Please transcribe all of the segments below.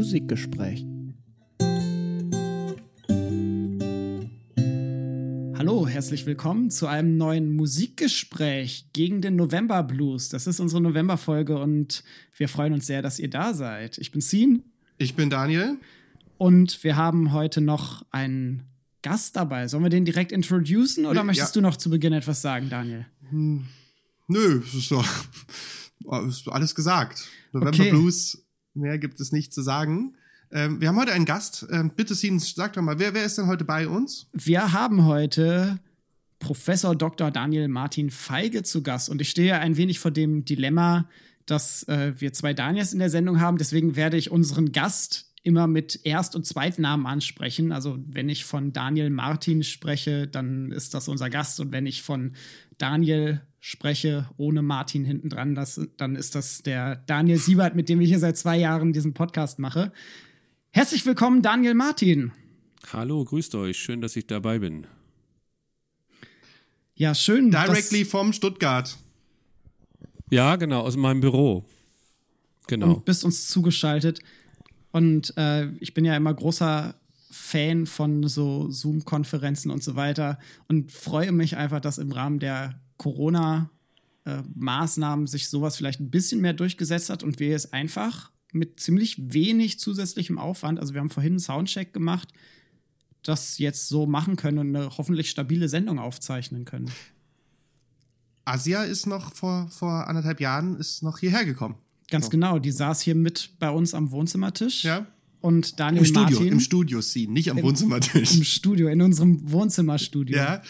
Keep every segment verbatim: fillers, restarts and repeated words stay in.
Musikgespräch. Hallo, herzlich willkommen zu einem neuen Musikgespräch gegen den November Blues. Das ist unsere Novemberfolge und wir freuen uns sehr, dass ihr da seid. Ich bin Sien. Ich bin Daniel. Und wir haben heute noch einen Gast dabei. Sollen wir den direkt introducen oder ja. möchtest du noch zu Beginn etwas sagen, Daniel? Hm. Nö, es ist doch ist alles gesagt. November Okay. Blues, mehr gibt es nicht zu sagen. Ähm, wir haben heute einen Gast. Ähm, bitte, Sien, sag doch mal, wer, wer ist denn heute bei uns? Wir haben heute Professor Doktor Daniel Martin Feige zu Gast. Und ich stehe ein wenig vor dem Dilemma, dass äh, wir zwei Daniels in der Sendung haben. Deswegen werde ich unseren Gast immer mit Erst- und Zweitnamen ansprechen. Also wenn ich von Daniel Martin spreche, dann ist das unser Gast. Und wenn ich von Daniel spreche, ohne Martin hinten dran, das, dann ist das der Daniel Siebert, mit dem ich hier seit zwei Jahren diesen Podcast mache. Herzlich willkommen, Daniel Martin. Hallo, grüßt euch. Schön, dass ich dabei bin. Ja, schön. Directly vom Stuttgart. Ja, genau, aus meinem Büro. Genau. Und bist uns zugeschaltet. Und äh, ich bin ja immer großer Fan von so Zoom-Konferenzen und so weiter und freue mich einfach, dass im Rahmen der Corona-Maßnahmen sich sowas vielleicht ein bisschen mehr durchgesetzt hat und wir es einfach mit ziemlich wenig zusätzlichem Aufwand, also wir haben vorhin einen Soundcheck gemacht, das jetzt so machen können und eine hoffentlich stabile Sendung aufzeichnen können. Asia ist noch vor, vor anderthalb Jahren ist noch hierher gekommen. Ganz so. genau, die saß hier mit bei uns am Wohnzimmertisch. Ja. Und Daniel Im Studio, Martin, im Studio Sien, nicht am im, Wohnzimmertisch. Im Studio, in unserem Wohnzimmerstudio. Ja.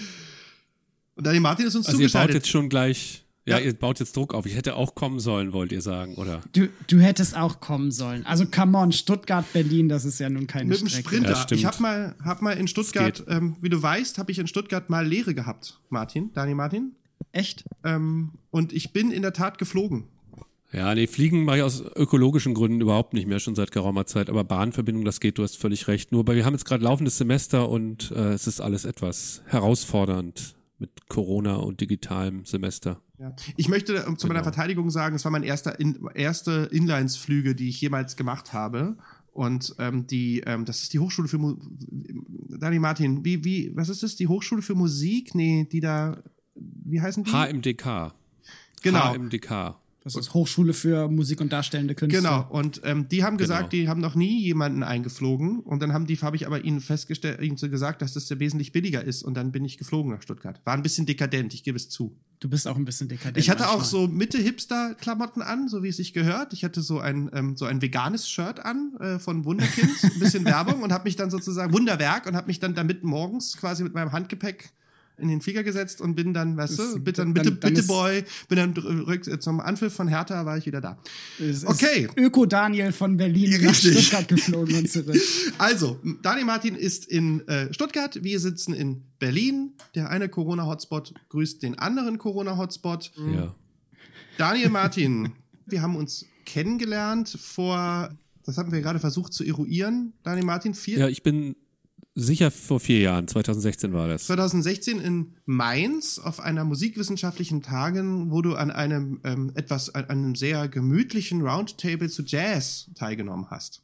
Und Daniel Martin ist uns also ihr zugeschaltet. baut jetzt schon gleich, ja, Ja. ihr baut jetzt Druck auf. Ich hätte auch kommen sollen, wollt ihr sagen, oder? Du, du hättest auch kommen sollen. Also come on, Stuttgart, Berlin, das ist ja nun keine Mit dem Strecke. Sprinter. Ja, stimmt. ich habe mal, hab mal in Stuttgart, ähm, wie du weißt, habe ich in Stuttgart mal Lehre gehabt, Martin, Daniel Martin. Echt? Ähm, und ich bin in der Tat geflogen. Ja, nee, Fliegen mache ich aus ökologischen Gründen überhaupt nicht mehr, schon seit geraumer Zeit. Aber Bahnverbindung, das geht, du hast völlig recht. Nur, weil wir haben jetzt gerade laufendes Semester und äh, es ist alles etwas herausfordernd mit Corona und digitalem Semester. Ja. Ich möchte äh, zu meiner Genau. Verteidigung sagen, es war mein erster in, erste Inlinesflüge, die ich jemals gemacht habe. Und ähm, die, ähm, das ist die Hochschule für Mu- Daniel Martin, wie, wie, was ist das? Die Hochschule für Musik? Nee, die da, wie heißen die? H M D K. Genau. H M D K. Das ist Hochschule für Musik und darstellende Künste. Genau, und ähm, die haben gesagt, Genau. die haben noch nie jemanden eingeflogen. Und dann haben die, habe ich aber ihnen festgestellt, ihnen so gesagt, dass das ja wesentlich billiger ist. Und dann bin ich geflogen nach Stuttgart. War ein bisschen dekadent, ich gebe es zu. Du bist auch ein bisschen dekadent. Ich hatte auch manchmal. so Mitte-Hipster-Klamotten an, so wie es sich gehört. Ich hatte so ein, ähm, so ein veganes Shirt an äh, von Wunderkind, ein bisschen Werbung und habe mich dann sozusagen, Wunderwerk, und habe mich dann damit morgens quasi mit meinem Handgepäck in den Flieger gesetzt und bin dann, weißt Das- du, bitte, dann- bitte, dann bitte ist- Boy, bin dann rück, zum Anpfiff von Hertha war ich wieder da. Es ist Okay. Öko-Daniel von Berlin nach Richtig. Stuttgart geflogen und zurück. Also, Daniel Martin ist in äh, Stuttgart, wir sitzen in Berlin. Der eine Corona-Hotspot grüßt den anderen Corona-Hotspot. Ja. Daniel Martin, wir haben uns kennengelernt vor, das haben wir gerade versucht zu eruieren. Daniel Martin, vier, Ja, ich bin sicher vor vier Jahren, zwanzig sechzehn war das. zwanzig sechzehn in Mainz auf einer musikwissenschaftlichen Tagen, wo du an einem ähm, etwas, an einem sehr gemütlichen Roundtable zu Jazz teilgenommen hast.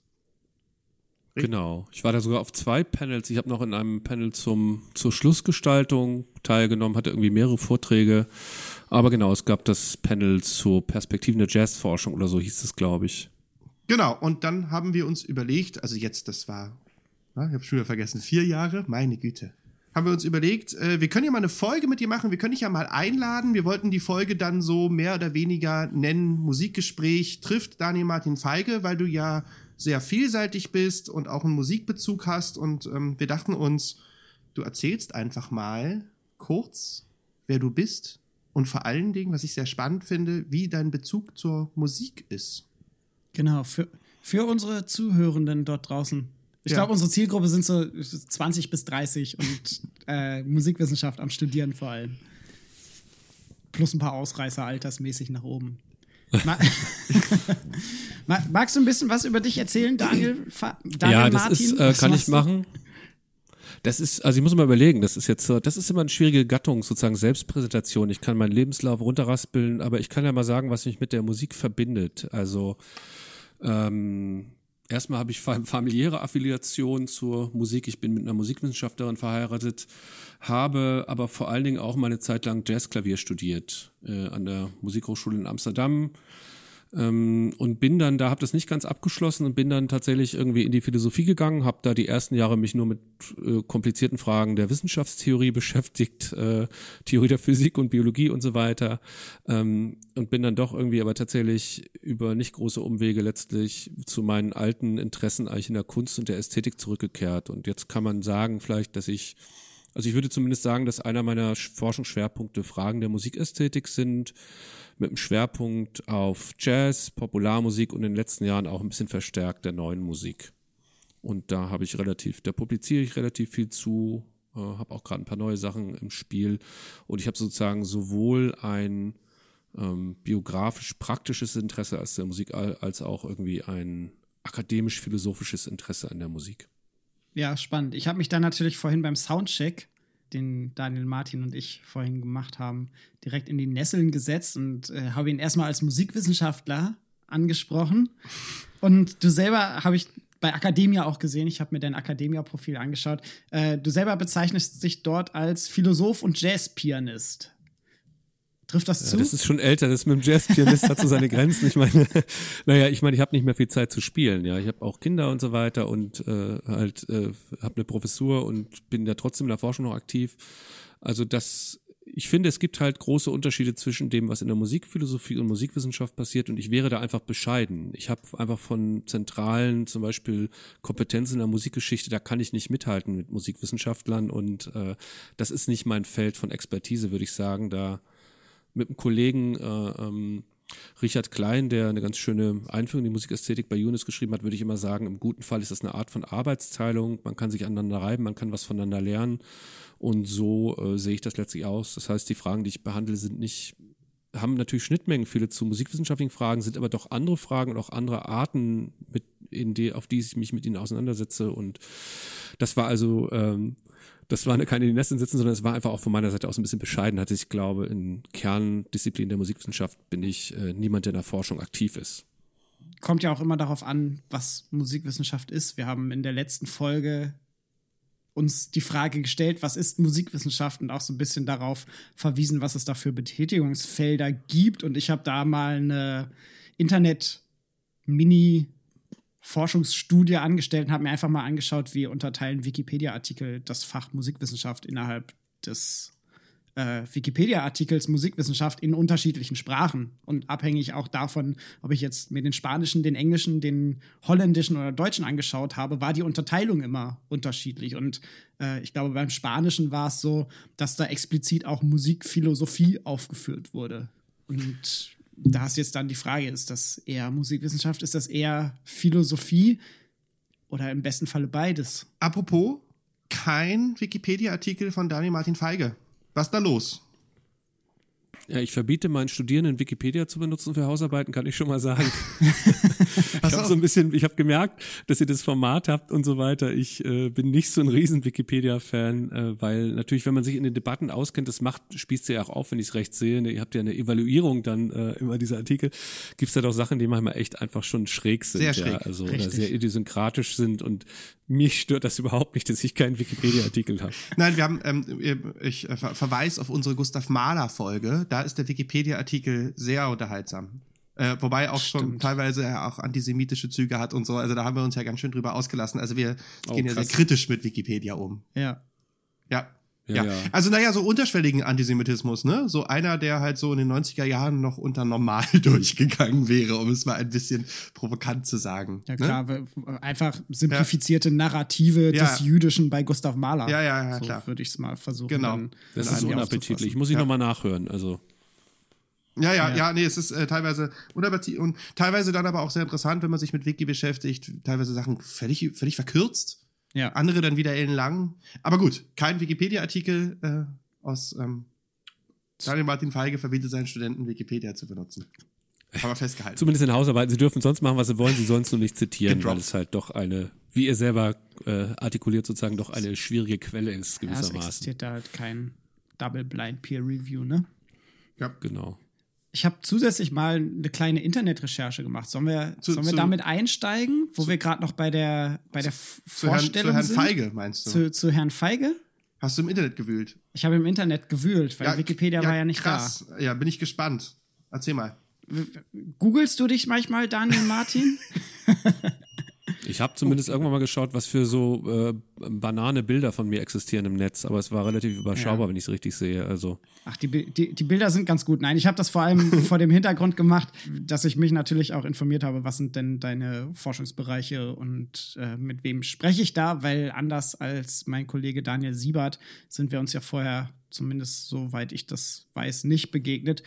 Genau. Ich war da sogar auf zwei Panels. Ich habe noch in einem Panel zum, zur Schlussgestaltung teilgenommen, hatte irgendwie mehrere Vorträge. Aber genau, es gab das Panel zur Perspektiven der Jazzforschung oder so hieß es, glaube ich. Genau, und dann haben wir uns überlegt, also jetzt, das war, na, ich habe schon wieder vergessen, vier Jahre, meine Güte. Haben wir uns überlegt, äh, wir können ja mal eine Folge mit dir machen, wir können dich ja mal einladen. Wir wollten die Folge dann so mehr oder weniger nennen, Musikgespräch trifft Daniel Martin Feige, weil du ja sehr vielseitig bist und auch einen Musikbezug hast. Und ähm, wir dachten uns, du erzählst einfach mal kurz, wer du bist und vor allen Dingen, was ich sehr spannend finde, wie dein Bezug zur Musik ist. Genau, für, für unsere Zuhörenden dort draußen. Ich Ja. glaube, unsere Zielgruppe sind so zwanzig bis dreißig und äh, Musikwissenschaft am Studieren vor allem. Plus ein paar Ausreißer altersmäßig nach oben. Ma Ma Magst du ein bisschen was über dich erzählen, Daniel? Fa Daniel ja, das Martin? ist, äh, Was kann ich machst du? machen. Das ist, also ich muss mal überlegen, das ist jetzt, so- das ist immer eine schwierige Gattung, sozusagen Selbstpräsentation. Ich kann meinen Lebenslauf runterraspeln, aber ich kann ja mal sagen, was mich mit der Musik verbindet. Also, ähm, erstmal habe ich familiäre Affiliation zur Musik. Ich bin mit einer Musikwissenschaftlerin verheiratet, habe aber vor allen Dingen auch mal eine Zeit lang Jazzklavier studiert äh, an der Musikhochschule in Amsterdam. Ähm, und bin dann, da habe das nicht ganz abgeschlossen und bin dann tatsächlich irgendwie in die Philosophie gegangen, habe da die ersten Jahre mich nur mit äh, komplizierten Fragen der Wissenschaftstheorie beschäftigt, äh, Theorie der Physik und Biologie und so weiter, ähm, und bin dann doch irgendwie aber tatsächlich über nicht große Umwege letztlich zu meinen alten Interessen eigentlich in der Kunst und der Ästhetik zurückgekehrt. Und jetzt kann man sagen vielleicht, dass ich Also ich würde zumindest sagen, dass einer meiner Forschungsschwerpunkte Fragen der Musikästhetik sind, mit einem Schwerpunkt auf Jazz, Popularmusik und in den letzten Jahren auch ein bisschen verstärkt der neuen Musik. Und da habe ich relativ, da publiziere ich relativ viel zu, äh, habe auch gerade ein paar neue Sachen im Spiel. Und ich habe sozusagen sowohl ein ähm, biografisch-praktisches Interesse als der Musik, als auch irgendwie ein akademisch-philosophisches Interesse an der Musik. Ja, spannend. Ich habe mich dann natürlich vorhin beim Soundcheck, den Daniel, Martin und ich vorhin gemacht haben, direkt in die Nesseln gesetzt und äh, habe ihn erstmal als Musikwissenschaftler angesprochen. Und du selber, habe ich bei Academia auch gesehen, ich habe mir dein Academia-Profil angeschaut, äh, du selber bezeichnest dich dort als Philosoph und Jazzpianist. Trifft das ja, zu? Das ist schon älter, das mit dem Jazzpianist hat so seine Grenzen. Ich meine, naja, ich meine, ich habe nicht mehr viel Zeit zu spielen. Ja, ich habe auch Kinder und so weiter und äh, halt äh, habe eine Professur und bin ja trotzdem in der Forschung noch aktiv. Also das, ich finde, es gibt halt große Unterschiede zwischen dem, was in der Musikphilosophie und Musikwissenschaft passiert, und ich wäre da einfach bescheiden. Ich habe einfach von zentralen, zum Beispiel Kompetenzen in der Musikgeschichte, da kann ich nicht mithalten mit Musikwissenschaftlern, und äh, das ist nicht mein Feld von Expertise, würde ich sagen. Da mit einem Kollegen äh, ähm, Richard Klein, der eine ganz schöne Einführung in die Musikästhetik bei UNIS geschrieben hat, würde ich immer sagen, im guten Fall ist das eine Art von Arbeitsteilung. Man kann sich aneinander reiben, man kann was voneinander lernen, und so äh, sehe ich das letztlich aus. Das heißt, die Fragen, die ich behandle, sind nicht, haben natürlich Schnittmengen, viele zu musikwissenschaftlichen Fragen, sind aber doch andere Fragen und auch andere Arten, mit, in die, auf die ich mich mit ihnen auseinandersetze, und das war also ähm, Das war keine in die Nesseln sitzen, sondern es war einfach auch von meiner Seite aus ein bisschen Bescheidenheit. Ich glaube, in Kerndisziplinen der Musikwissenschaft bin ich äh, niemand, der in der Forschung aktiv ist. Kommt ja auch immer darauf an, was Musikwissenschaft ist. Wir haben in der letzten Folge uns die Frage gestellt, was ist Musikwissenschaft, und auch so ein bisschen darauf verwiesen, was es da für Betätigungsfelder gibt. Und ich habe da mal eine Internet-Mini- Forschungsstudie angestellt und habe mir einfach mal angeschaut, wie unterteilen Wikipedia-Artikel das Fach Musikwissenschaft innerhalb des äh, Wikipedia-Artikels Musikwissenschaft in unterschiedlichen Sprachen, und abhängig auch davon, ob ich jetzt mir den Spanischen, den Englischen, den Holländischen oder Deutschen angeschaut habe, war die Unterteilung immer unterschiedlich. Und äh, ich glaube, beim Spanischen war es so, dass da explizit auch Musikphilosophie aufgeführt wurde. Und da ist jetzt dann die Frage, ist das eher Musikwissenschaft, ist das eher Philosophie oder im besten Falle beides? Apropos, kein Wikipedia-Artikel von Daniel Martin Feige. Was ist da los? Ja, ich verbiete meinen Studierenden, Wikipedia zu benutzen für Hausarbeiten, kann ich schon mal sagen. ich habe so ein bisschen, ich habe gemerkt, dass ihr das Format habt und so weiter. Ich äh, bin nicht so ein riesen Wikipedia-Fan, äh, weil natürlich, wenn man sich in den Debatten auskennt, das macht, spießt ja auch auf, wenn ich es recht sehe. Ne? Ihr habt ja eine Evaluierung dann äh, immer dieser Artikel. Gibt es da doch Sachen, die manchmal echt einfach schon schräg sind. Sehr schräg, ja, also richtig. Oder sehr idiosynkratisch sind, und mich stört das überhaupt nicht, dass ich keinen Wikipedia-Artikel habe. Nein, wir haben, ähm, ich äh, verweise auf unsere Gustav Mahler-Folge. Da ist der Wikipedia-Artikel sehr unterhaltsam. Äh, wobei auch Stimmt. schon teilweise er auch antisemitische Züge hat und so. Also da haben wir uns ja ganz schön drüber ausgelassen. Also wir Oh, gehen ja krass. sehr kritisch mit Wikipedia um. Ja. Ja. Ja, Ja. ja. Also naja, so unterschwelligen Antisemitismus, ne? So einer, der halt so in den neunziger Jahren noch unter normal durchgegangen wäre, um es mal ein bisschen provokant zu sagen. Ja, ne? klar, w- einfach simplifizierte Narrative Ja. des Jüdischen bei Gustav Mahler. Ja, ja, ja, so klar. würde ich es mal versuchen. Genau. Dann Das in ist einem Jahr unappetitlich. aufzufassen. Muss ich Ja. nochmal nachhören. Also Ja, ja, Ja. ja, nee, es ist äh, teilweise unappetitlich und teilweise dann aber auch sehr interessant, wenn man sich mit Wiki beschäftigt. Teilweise Sachen völlig, völlig verkürzt. Ja. Andere dann wieder ellenlang. Aber gut, kein Wikipedia-Artikel äh, aus ähm, Daniel Martin Feige verbietet seinen Studenten, Wikipedia zu benutzen. Haben wir festgehalten. zumindest in Hausarbeiten. Sie dürfen sonst machen, was sie wollen. Sie sollen es nur nicht zitieren, Gedroppt. weil es halt doch eine, wie ihr selber äh, artikuliert, sozusagen doch eine schwierige Quelle ist, Ja, es gewissermaßen. existiert da halt kein Double-Blind Peer Review, ne? Ja. Genau. Ich habe zusätzlich mal eine kleine Internetrecherche gemacht. Sollen wir, Zu- sollen wir zu- damit einsteigen, wo wir gerade noch bei der, bei der F- Zu Herrn, Vorstellung zu Herrn sind? Feige, meinst du? Zu, zu Herrn Feige? Hast du im Internet gewühlt? Ich habe im Internet gewühlt, weil Wikipedia war ja nicht krass. Ja, bin ich gespannt. Erzähl mal. da. Googlest du dich manchmal, Daniel Martin? Ich habe zumindest irgendwann mal geschaut, was für so äh, banane Bilder von mir existieren im Netz, aber es war relativ überschaubar, Ja. wenn ich es richtig sehe. Also Ach, die, Bi- die, die Bilder sind ganz gut. Nein, ich habe das vor allem vor dem Hintergrund gemacht, dass ich mich natürlich auch informiert habe, was sind denn deine Forschungsbereiche und äh, mit wem spreche ich da, weil anders als mein Kollege Daniel Siebert sind wir uns ja vorher, zumindest soweit ich das weiß, nicht begegnet.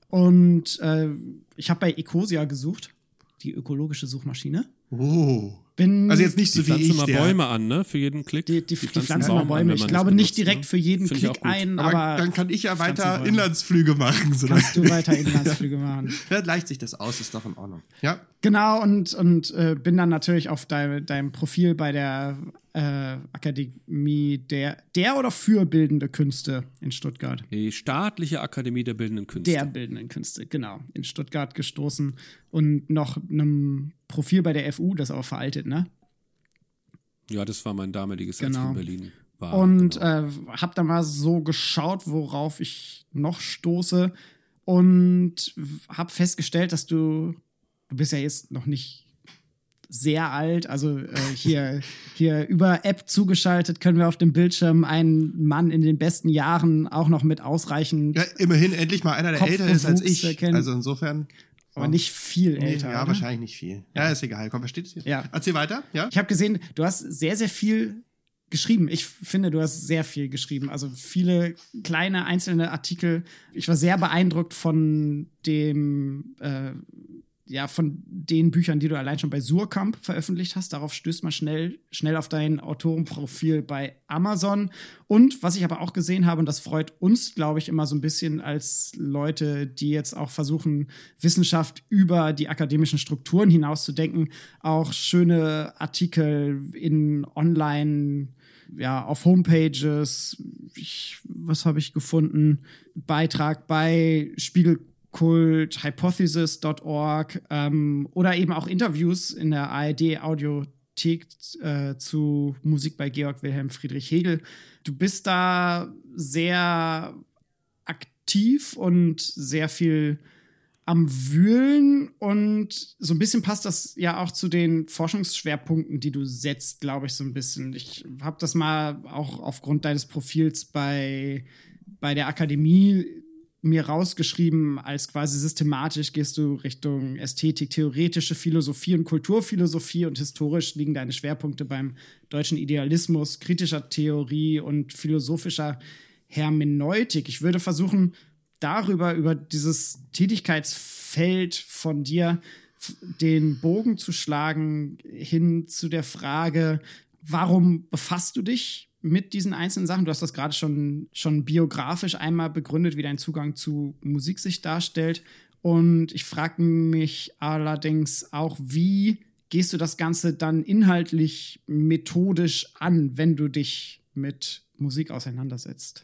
Und äh, ich habe bei Ecosia gesucht, die ökologische Suchmaschine. Oh. Bin Also jetzt nicht die so wie pflanzen ich, mal der. Bäume an, ne? Für jeden Klick. Die, die, die pflanzen pflanzen einen mal Baum an, Bäume. wenn Ich man glaube das nicht benutzt, direkt ne? für jeden Finde ich Klick auch gut. ein, Aber, aber dann kann ich ja pflanzen weiter Bäume. Inlandsflüge machen. So kannst du weiter Inlandsflüge machen. Ja, leicht sich das aus, ist doch in Ordnung. Ja. Genau, und, und äh, bin dann natürlich auf dein, deinem Profil bei der äh, Akademie der, der oder für bildende Künste in Stuttgart. Die Staatliche Akademie der Bildenden Künste. Der bildenden Künste, genau, in Stuttgart gestoßen und noch einem Profil bei der F U, das ist aber veraltet, ne? Ja, das war mein damaliges, als Genau. ich in Berlin war. Und genau. äh, hab dann mal so geschaut, worauf ich noch stoße und hab festgestellt, dass du, du bist ja jetzt noch nicht sehr alt, also äh, hier, hier über App zugeschaltet können wir auf dem Bildschirm einen Mann in den besten Jahren auch noch mit ausreichend, Ja, immerhin endlich mal einer, der Kopf älter ist als Bewuchs ich. erkennen. Also insofern. aber nicht viel Nee, älter. ja, oder? wahrscheinlich nicht viel. Ja, ist egal. Komm, versteht es hier? Ja. Erzähl weiter, ja? Ich habe gesehen, du hast sehr, sehr viel geschrieben. Ich finde, du hast sehr viel geschrieben. Also viele kleine einzelne Artikel. Ich war sehr beeindruckt von dem, äh, ja, von den Büchern, die du allein schon bei Surkamp veröffentlicht hast. Darauf stößt man schnell, schnell auf dein Autorenprofil bei Amazon. Und was ich aber auch gesehen habe, und das freut uns, glaube ich, immer so ein bisschen als Leute, die jetzt auch versuchen, Wissenschaft über die akademischen Strukturen hinauszudenken, auch schöne Artikel in Online, ja, auf Homepages. Ich, was habe ich gefunden? Beitrag bei Spiegel Kult, hypothesis Punkt org ähm, oder eben auch Interviews in der A R D-Audiothek äh, zu Musik bei Georg Wilhelm Friedrich Hegel. Du bist da sehr aktiv und sehr viel am Wühlen und so ein bisschen passt das ja auch zu den Forschungsschwerpunkten, die du setzt, glaube ich, so ein bisschen. Ich habe das mal auch aufgrund deines Profils bei, bei der Akademie mir rausgeschrieben, als quasi systematisch gehst du Richtung Ästhetik, theoretische Philosophie und Kulturphilosophie und historisch liegen deine Schwerpunkte beim deutschen Idealismus, kritischer Theorie und philosophischer Hermeneutik. Ich würde versuchen, darüber, über dieses Tätigkeitsfeld von dir den Bogen zu schlagen hin zu der Frage, warum befasst du dich mit diesen einzelnen Sachen? Du hast das gerade schon, schon biografisch einmal begründet, wie dein Zugang zu Musik sich darstellt. Und ich frage mich allerdings auch, wie gehst du das Ganze dann inhaltlich, methodisch an, wenn du dich mit Musik auseinandersetzt?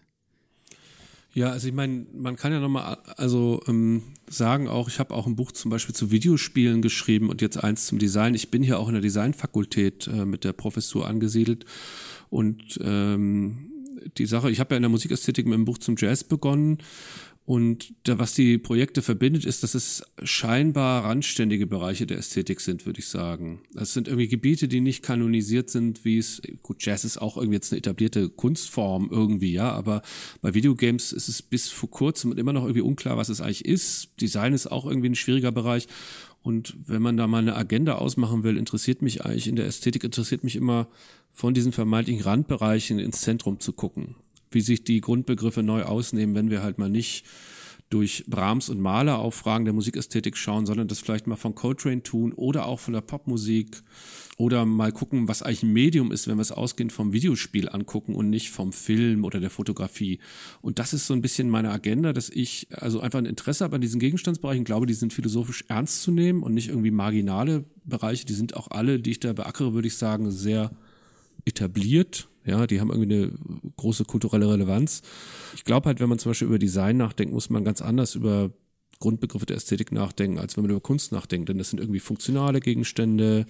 Ja, also ich meine, man kann ja nochmal also ähm, sagen auch, ich habe auch ein Buch zum Beispiel zu Videospielen geschrieben und jetzt eins zum Design. Ich bin hier auch in der Designfakultät äh, mit der Professur angesiedelt und ähm, die Sache, ich habe ja in der Musikästhetik mit einem Buch zum Jazz begonnen und da, was die Projekte verbindet, ist, dass es scheinbar randständige Bereiche der Ästhetik sind, würde ich sagen. Es sind irgendwie Gebiete, die nicht kanonisiert sind, wie es, gut, Jazz ist auch irgendwie jetzt eine etablierte Kunstform irgendwie, ja, aber bei Videogames ist es bis vor kurzem immer noch irgendwie unklar, was es eigentlich ist. Design ist auch irgendwie ein schwieriger Bereich. Und wenn man da mal eine Agenda ausmachen will, interessiert mich eigentlich, in der Ästhetik interessiert mich immer, von diesen vermeintlichen Randbereichen ins Zentrum zu gucken. Wie sich die Grundbegriffe neu ausnehmen, wenn wir halt mal nicht durch Brahms und Mahler auf Fragen der Musikästhetik schauen, sondern das vielleicht mal von Coltrane tun oder auch von der Popmusik oder mal gucken, was eigentlich ein Medium ist, wenn wir es ausgehend vom Videospiel angucken und nicht vom Film oder der Fotografie. Und das ist so ein bisschen meine Agenda, dass ich also einfach ein Interesse habe an diesen Gegenstandsbereichen, glaube, die sind philosophisch ernst zu nehmen und nicht irgendwie marginale Bereiche. Die sind auch alle, die ich da beackere, würde ich sagen, sehr etabliert. Ja, die haben irgendwie eine große kulturelle Relevanz. Ich glaube halt, wenn man zum Beispiel über Design nachdenkt, muss man ganz anders über Grundbegriffe der Ästhetik nachdenken, als wenn man über Kunst nachdenkt. Denn das sind irgendwie funktionale Gegenstände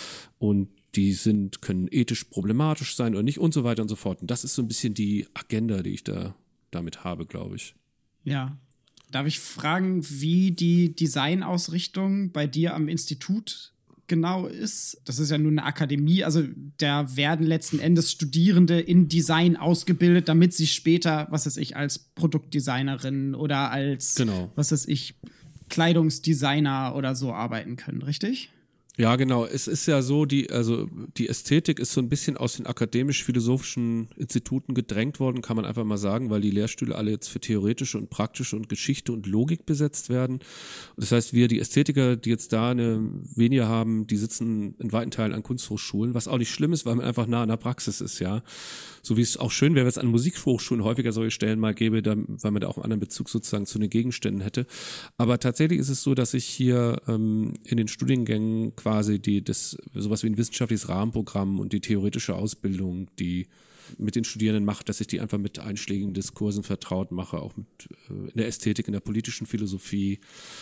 und die sind, können ethisch problematisch sein oder nicht und so weiter und so fort. Und das ist so ein bisschen die Agenda, die ich da damit habe, glaube ich. Ja. Darf ich fragen, wie die Designausrichtung bei dir am Institut genau ist? Das ist ja nur eine Akademie, also da werden letzten Endes Studierende in Design ausgebildet, damit sie später, was weiß ich, als Produktdesignerin oder als, genau. was weiß ich, Kleidungsdesigner oder so arbeiten können, richtig? Ja, genau. Es ist ja so, die, also die Ästhetik ist so ein bisschen aus den akademisch-philosophischen Instituten gedrängt worden, kann man einfach mal sagen, weil die Lehrstühle alle jetzt für theoretische und praktische und Geschichte und Logik besetzt werden. Und das heißt, wir, die Ästhetiker, die jetzt da eine weniger haben, die sitzen in weiten Teilen an Kunsthochschulen, was auch nicht schlimm ist, weil man einfach nah an der Praxis ist, ja. So wie es auch schön wäre, wenn es an Musikhochschulen häufiger solche Stellen mal gäbe, dann, weil man da auch einen anderen Bezug sozusagen zu den Gegenständen hätte. Aber tatsächlich ist es so, dass ich hier ähm, in den Studiengängen quasi die, das, sowas wie ein wissenschaftliches Rahmenprogramm und die theoretische Ausbildung, die mit den Studierenden macht, dass ich die einfach mit einschlägigen Diskursen vertraut mache, auch mit, äh, in der Ästhetik, in der politischen Philosophie.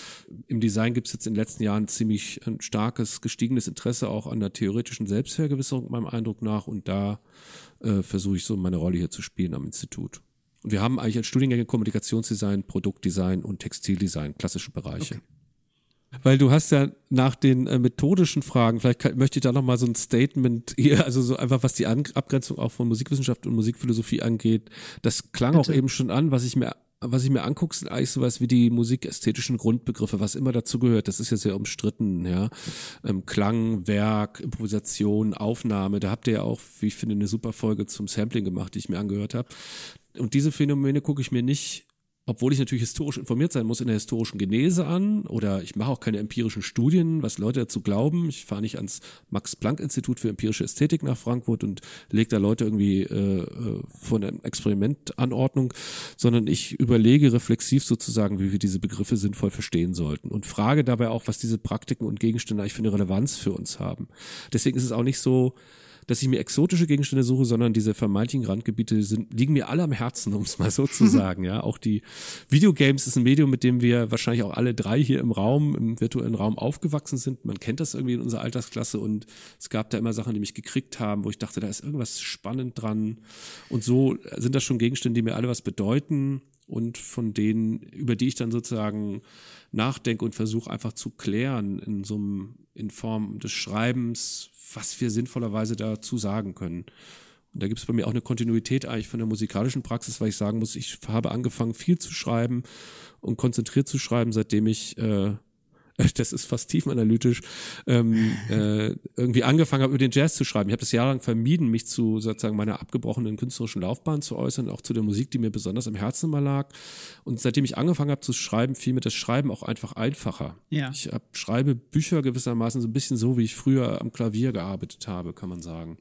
Im Design gibt es jetzt in den letzten Jahren ziemlich ein starkes, gestiegenes Interesse auch an der theoretischen Selbstvergewisserung, meinem Eindruck nach. Und da äh, versuche ich so meine Rolle hier zu spielen am Institut. Und wir haben eigentlich als Studiengänge Kommunikationsdesign, Produktdesign und Textildesign, klassische Bereiche. Okay. Weil du hast ja nach den äh, methodischen Fragen, vielleicht kann, möchte ich da nochmal so ein Statement hier, also so einfach, was die An- Abgrenzung auch von Musikwissenschaft und Musikphilosophie angeht, das klang Bitte. Auch eben schon an, was ich mir was ich mir angucke, sind eigentlich sowas wie die musikästhetischen Grundbegriffe, was immer dazu gehört. Das ist ja sehr umstritten, ja. Ähm, Klang, Werk, Improvisation, Aufnahme. Da habt ihr ja auch, wie ich finde, eine super Folge zum Sampling gemacht, die ich mir angehört habe. Und diese Phänomene gucke ich mir nicht, obwohl ich natürlich historisch informiert sein muss, in der historischen Genese an, oder ich mache auch keine empirischen Studien, was Leute dazu glauben. Ich fahre nicht ans Max-Planck-Institut für empirische Ästhetik nach Frankfurt und lege da Leute irgendwie äh, von einer Experimentanordnung, sondern ich überlege reflexiv sozusagen, wie wir diese Begriffe sinnvoll verstehen sollten und frage dabei auch, was diese Praktiken und Gegenstände eigentlich für eine Relevanz für uns haben. Deswegen ist es auch nicht so, dass ich mir exotische Gegenstände suche, sondern diese vermeintlichen Randgebiete sind, liegen mir alle am Herzen, um es mal so zu sagen. Ja, auch die Videogames ist ein Medium, mit dem wir wahrscheinlich auch alle drei hier im Raum, im virtuellen Raum aufgewachsen sind. Man kennt das irgendwie in unserer Altersklasse und es gab da immer Sachen, die mich gekriegt haben, wo ich dachte, da ist irgendwas spannend dran. Und so sind das schon Gegenstände, die mir alle was bedeuten und von denen, über die ich dann sozusagen nachdenke und versuche einfach zu klären in so einem, in Form des Schreibens, was wir sinnvollerweise dazu sagen können. Und da gibt es bei mir auch eine Kontinuität eigentlich von der musikalischen Praxis, weil ich sagen muss, ich habe angefangen viel zu schreiben und konzentriert zu schreiben, seitdem ich, äh, das ist fast tiefenanalytisch, ähm, äh, irgendwie angefangen habe, über den Jazz zu schreiben. Ich habe das jahrelang vermieden, mich zu sozusagen meiner abgebrochenen künstlerischen Laufbahn zu äußern, auch zu der Musik, die mir besonders am Herzen mal lag. Und seitdem ich angefangen habe zu schreiben, fiel mir das Schreiben auch einfach einfacher. Ja. Ich hab, schreibe Bücher gewissermaßen so ein bisschen so, wie ich früher am Klavier gearbeitet habe, kann man sagen.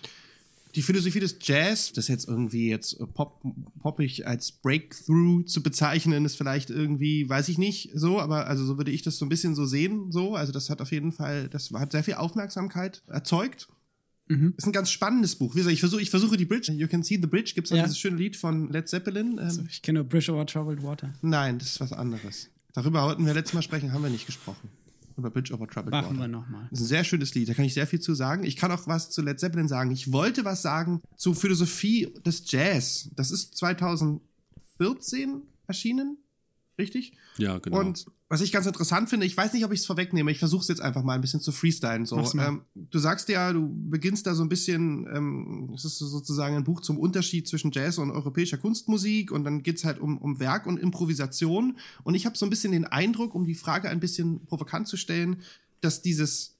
Die Philosophie des Jazz, das jetzt irgendwie jetzt pop, poppig als Breakthrough zu bezeichnen, ist vielleicht irgendwie, weiß ich nicht, so, aber also so würde ich das so ein bisschen so sehen, so, also das hat auf jeden Fall, das hat sehr viel Aufmerksamkeit erzeugt. Mhm. Ist ein ganz spannendes Buch. Wie gesagt, ich versuche, ich versuche die Bridge, You Can See the Bridge, gibt's da ja. Dieses schöne Lied von Led Zeppelin. Also ich kenne nur Bridge over Troubled Water. Nein, das ist was anderes. Darüber wollten wir letztes Mal sprechen, haben wir nicht gesprochen. Über Bridge over Troubled Water. Machen wir nochmal. Das ist ein sehr schönes Lied, da kann ich sehr viel zu sagen. Ich kann auch was zu Led Zeppelin sagen. Ich wollte was sagen zur Philosophie des Jazz. Das ist zweitausendvierzehn erschienen, richtig? Ja, genau. Und was ich ganz interessant finde, ich weiß nicht, ob ich es vorwegnehme, ich versuche es jetzt einfach mal ein bisschen zu freestylen. So. Ähm, du sagst ja, du beginnst da so ein bisschen, ähm, es ist sozusagen ein Buch zum Unterschied zwischen Jazz und europäischer Kunstmusik und dann geht's halt um, um Werk und Improvisation. Und ich habe so ein bisschen den Eindruck, um die Frage ein bisschen provokant zu stellen, dass dieses,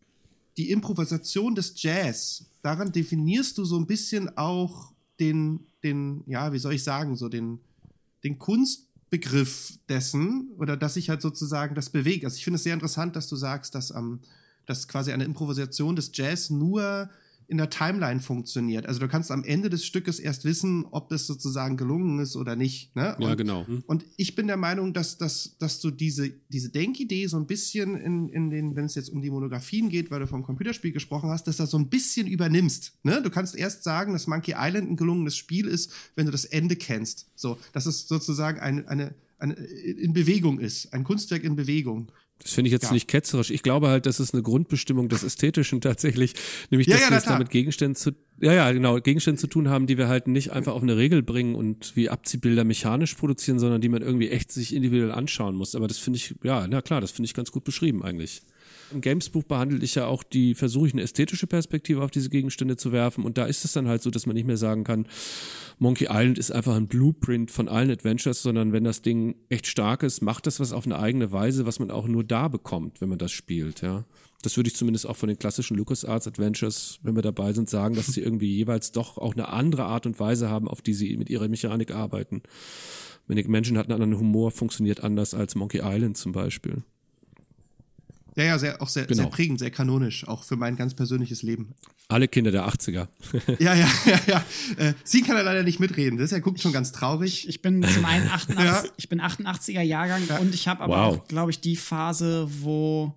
die Improvisation des Jazz, daran definierst du so ein bisschen auch den, den, ja, wie soll ich sagen, so den, den Kunst Begriff dessen oder dass sich halt sozusagen das bewegt. Also ich finde es sehr interessant, dass du sagst, dass, ähm, dass quasi eine Improvisation des Jazz nur in der Timeline funktioniert. Also du kannst am Ende des Stückes erst wissen, ob das sozusagen gelungen ist oder nicht. Ne? Und, ja, genau. Hm. Und ich bin der Meinung, dass, dass, dass du diese, diese Denkidee so ein bisschen in, in den, wenn es jetzt um die Monographien geht, weil du vom Computerspiel gesprochen hast, dass du das so ein bisschen übernimmst. Ne? Du kannst erst sagen, dass Monkey Island ein gelungenes Spiel ist, wenn du das Ende kennst. So, das ist sozusagen eine, eine ein, in Bewegung ist, ein Kunstwerk in Bewegung. Das finde ich jetzt ja. nicht ketzerisch. Ich glaube halt, das ist eine Grundbestimmung des Ästhetischen tatsächlich, nämlich, ja, dass ja, wir es da mit Gegenständen zu, ja, ja, genau, Gegenständen zu tun haben, die wir halt nicht einfach auf eine Regel bringen und wie Abziehbilder mechanisch produzieren, sondern die man irgendwie echt sich individuell anschauen muss. Aber das finde ich, ja, na klar, das finde ich ganz gut beschrieben eigentlich. Im Games-Buch behandle ich ja auch die, versuche ich eine ästhetische Perspektive auf diese Gegenstände zu werfen und da ist es dann halt so, dass man nicht mehr sagen kann, Monkey Island ist einfach ein Blueprint von allen Adventures, sondern wenn das Ding echt stark ist, macht das was auf eine eigene Weise, was man auch nur da bekommt, wenn man das spielt, ja. Das würde ich zumindest auch von den klassischen LucasArts Adventures, wenn wir dabei sind, sagen, dass sie irgendwie jeweils doch auch eine andere Art und Weise haben, auf die sie mit ihrer Mechanik arbeiten. Manic Mansion hat einen anderen Humor, funktioniert anders als Monkey Island zum Beispiel. Ja, ja, sehr, auch sehr, genau. sehr prägend, sehr kanonisch, auch für mein ganz persönliches Leben. Alle Kinder der achtziger. ja, ja, ja, ja. Äh, sie kann ja leider nicht mitreden, das ist ja, guckt schon ganz traurig. Ich, ich bin zum einen achtundachtzig, ja. ich bin achtundachtziger Jahrgang ja. und ich habe aber wow. auch, glaube ich, die Phase, wo,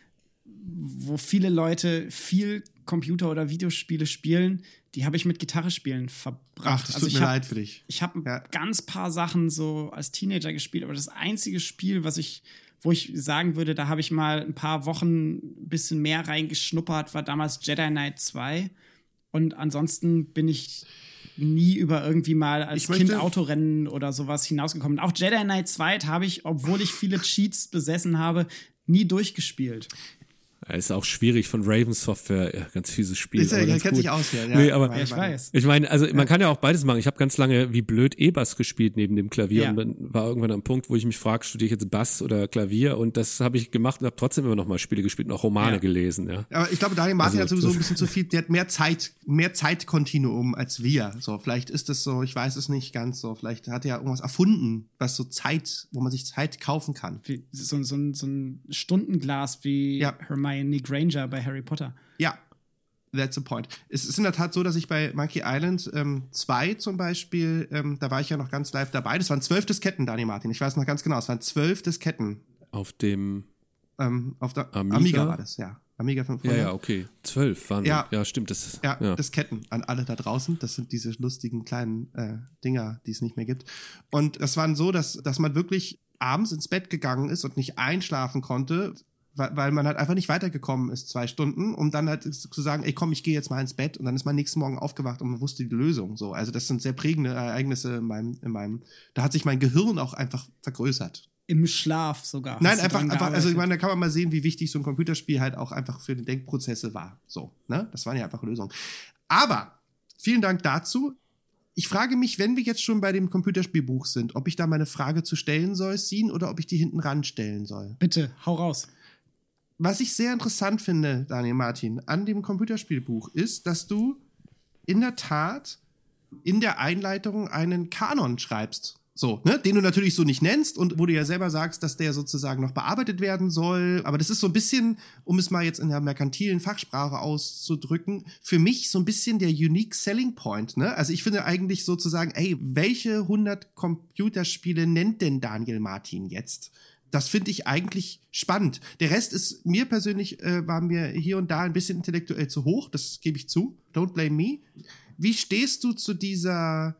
wo viele Leute viel Computer- oder Videospiele spielen, die habe ich mit Gitarre spielen verbracht. Ach, das also tut mir hab, leid für dich. Ich habe ja. ganz paar Sachen so als Teenager gespielt, aber das einzige Spiel, was ich wo ich sagen würde, da habe ich mal ein paar Wochen ein bisschen mehr reingeschnuppert, war damals Jedi Knight zwei. Und ansonsten bin ich nie über irgendwie mal als ich Kind Autorennen oder sowas hinausgekommen. Auch Jedi Knight zwei habe ich, obwohl ich viele Cheats besessen habe, nie durchgespielt. Ist auch schwierig von Raven Software, ja, ganz fieses Spiel. Ist ja, er kennt sich aus hier. Ja, nee, aber ja, ich weiß. Ich meine, also man kann ja auch beides machen. Ich habe ganz lange wie blöd E-Bass gespielt neben dem Klavier ja. und dann war irgendwann am Punkt, wo ich mich frage, studiere ich jetzt Bass oder Klavier? Und das habe ich gemacht und habe trotzdem immer noch mal Spiele gespielt und auch Romane ja. gelesen. Ja. Aber ich glaube, Daniel Martin also, hat sowieso ein bisschen zu viel, der hat mehr Zeit, mehr Zeitkontinuum als wir. So, vielleicht ist das so, ich weiß es nicht ganz so, vielleicht hat er irgendwas erfunden, was so Zeit, wo man sich Zeit kaufen kann. Wie, so, so, so ein Stundenglas wie ja. Hermione Granger bei Harry Potter. Ja, that's the point. Es ist in der Tat so, dass ich bei Monkey Island ähm, zwei zum Beispiel, ähm, da war ich ja noch ganz live dabei. Das waren zwölf Disketten, Daniel Martin. Ich weiß noch ganz genau, es waren zwölf Disketten. Auf dem ähm, auf der Amiga? Amiga war das, ja. Amiga fünfhundert. Ja, ja, okay. Zwölf waren ja. ja, stimmt. Das, ja, ja, Disketten an alle da draußen. Das sind diese lustigen kleinen äh, Dinger, die es nicht mehr gibt. Und das waren so, dass, dass man wirklich abends ins Bett gegangen ist und nicht einschlafen konnte, weil man halt einfach nicht weitergekommen ist, zwei Stunden, um dann halt zu sagen, ey komm, ich gehe jetzt mal ins Bett und dann ist man nächsten Morgen aufgewacht und man wusste die Lösung. So, also das sind sehr prägende Ereignisse in meinem, in meinem, da hat sich mein Gehirn auch einfach vergrößert. Im Schlaf sogar. Nein, einfach, einfach, also ich meine, da kann man mal sehen, wie wichtig so ein Computerspiel halt auch einfach für die Denkprozesse war. So, ne? Das waren ja einfach Lösungen. Aber, vielen Dank dazu. Ich frage mich, wenn wir jetzt schon bei dem Computerspielbuch sind, ob ich da meine Frage zu stellen soll, Sin, oder ob ich die hinten ran stellen soll. Bitte, hau raus. Was ich sehr interessant finde, Daniel Martin, an dem Computerspielbuch ist, dass du in der Tat in der Einleitung einen Kanon schreibst. So, ne, den du natürlich so nicht nennst und wo du ja selber sagst, dass der sozusagen noch bearbeitet werden soll. Aber das ist so ein bisschen, um es mal jetzt in der merkantilen Fachsprache auszudrücken, für mich so ein bisschen der unique selling point, ne? Also ich finde eigentlich sozusagen, ey, welche hundert Computerspiele nennt denn Daniel Martin jetzt? Das finde ich eigentlich spannend. Der Rest ist mir persönlich, äh, war mir hier und da ein bisschen intellektuell zu hoch, das gebe ich zu. Don't blame me. Wie stehst du zu dieser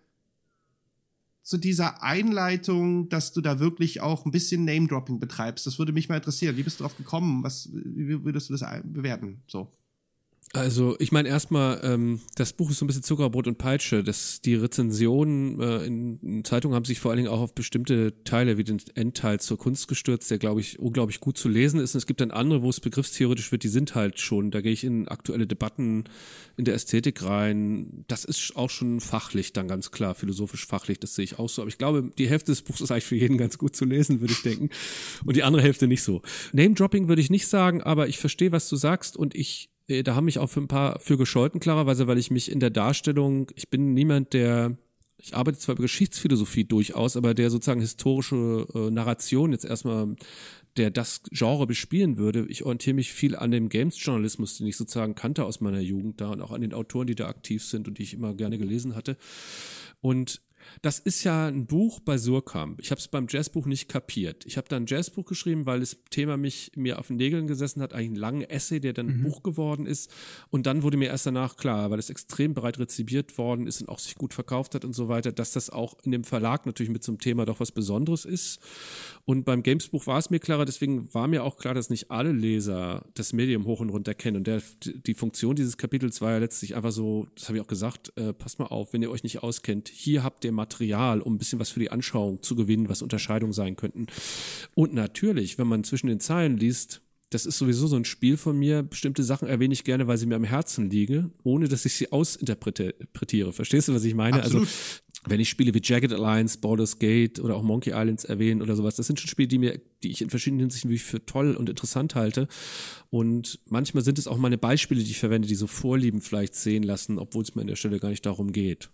zu dieser Einleitung, dass du da wirklich auch ein bisschen Name-Dropping betreibst? Das würde mich mal interessieren. Wie bist du drauf gekommen? Was, wie würdest du das bewerten? So. Also ich meine erstmal, ähm, das Buch ist so ein bisschen Zuckerbrot und Peitsche. Das, die Rezensionen äh, in, in Zeitungen haben sich vor allen Dingen auch auf bestimmte Teile wie den Endteil zur Kunst gestürzt, der, glaube ich, unglaublich gut zu lesen ist. Und es gibt dann andere, wo es begriffstheoretisch wird, die sind halt schon, da gehe ich in aktuelle Debatten in der Ästhetik rein. Das ist auch schon fachlich dann ganz klar, philosophisch fachlich, das sehe ich auch so. Aber ich glaube, die Hälfte des Buchs ist eigentlich für jeden ganz gut zu lesen, würde ich denken. Und die andere Hälfte nicht so. Name-Dropping würde ich nicht sagen, aber ich verstehe, was du sagst und ich da haben mich auch für ein paar für gescholten, klarerweise, weil ich mich in der Darstellung, ich bin niemand, der, ich arbeite zwar über Geschichtsphilosophie durchaus, aber der sozusagen historische äh, Narration jetzt erstmal, der das Genre bespielen würde. Ich orientiere mich viel an dem Games-Journalismus, den ich sozusagen kannte aus meiner Jugend da und auch an den Autoren, die da aktiv sind und die ich immer gerne gelesen hatte. Und Das ist ja ein Buch bei Suhrkamp. Ich habe es beim Jazzbuch nicht kapiert. Ich habe da ein Jazzbuch geschrieben, weil das Thema mich mir auf den Nägeln gesessen hat, eigentlich einen langen Essay, der dann mhm. ein Buch geworden ist. Und dann wurde mir erst danach klar, weil es extrem breit rezipiert worden ist und auch sich gut verkauft hat und so weiter, dass das auch in dem Verlag natürlich mit so einem Thema doch was Besonderes ist. Und beim Gamesbuch war es mir klarer, deswegen war mir auch klar, dass nicht alle Leser das Medium hoch und runter kennen. Und der, die Funktion dieses Kapitels war ja letztlich einfach so, das habe ich auch gesagt, äh, passt mal auf, wenn ihr euch nicht auskennt, hier habt ihr Material, um ein bisschen was für die Anschauung zu gewinnen, was Unterscheidungen sein könnten. Und natürlich, wenn man zwischen den Zeilen liest, das ist sowieso so ein Spiel von mir, bestimmte Sachen erwähne ich gerne, weil sie mir am Herzen liegen, ohne dass ich sie ausinterpretiere. Verstehst du, was ich meine? Absolut. Also wenn ich Spiele wie Jagged Alliance, Baldur's Gate oder auch Monkey Islands erwähne oder sowas, das sind schon Spiele, die mir, die ich in verschiedenen Hinsichten wirklich für toll und interessant halte. Und manchmal sind es auch meine Beispiele, die ich verwende, die so Vorlieben vielleicht sehen lassen, obwohl es mir an der Stelle gar nicht darum geht.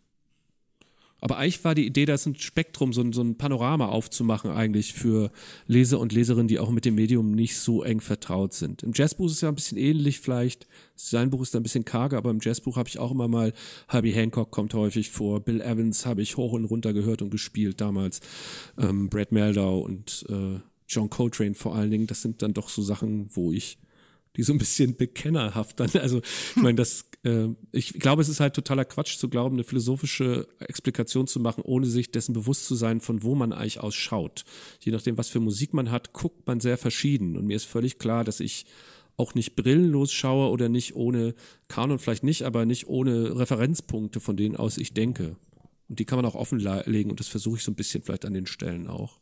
Aber eigentlich war die Idee, da ist ein Spektrum, so ein, so ein Panorama aufzumachen eigentlich für Leser und Leserinnen, die auch mit dem Medium nicht so eng vertraut sind. Im Jazzbuch ist es ja ein bisschen ähnlich vielleicht. Das Designbuch ist da ein bisschen karger, aber im Jazzbuch habe ich auch immer mal, Herbie Hancock kommt häufig vor, Bill Evans habe ich hoch und runter gehört und gespielt damals, ähm, Brad Mehldau und äh, John Coltrane vor allen Dingen. Das sind dann doch so Sachen, wo ich die so ein bisschen bekennerhaft dann, also ich meine, das, äh, ich glaube, es ist halt totaler Quatsch zu glauben, eine philosophische Explikation zu machen, ohne sich dessen bewusst zu sein, von wo man eigentlich aus schaut. Je nachdem, was für Musik man hat, guckt man sehr verschieden und mir ist völlig klar, dass ich auch nicht brillenlos schaue oder nicht ohne Kanon, vielleicht nicht, aber nicht ohne Referenzpunkte, von denen aus ich denke. Und die kann man auch offenlegen und das versuche ich so ein bisschen vielleicht an den Stellen auch.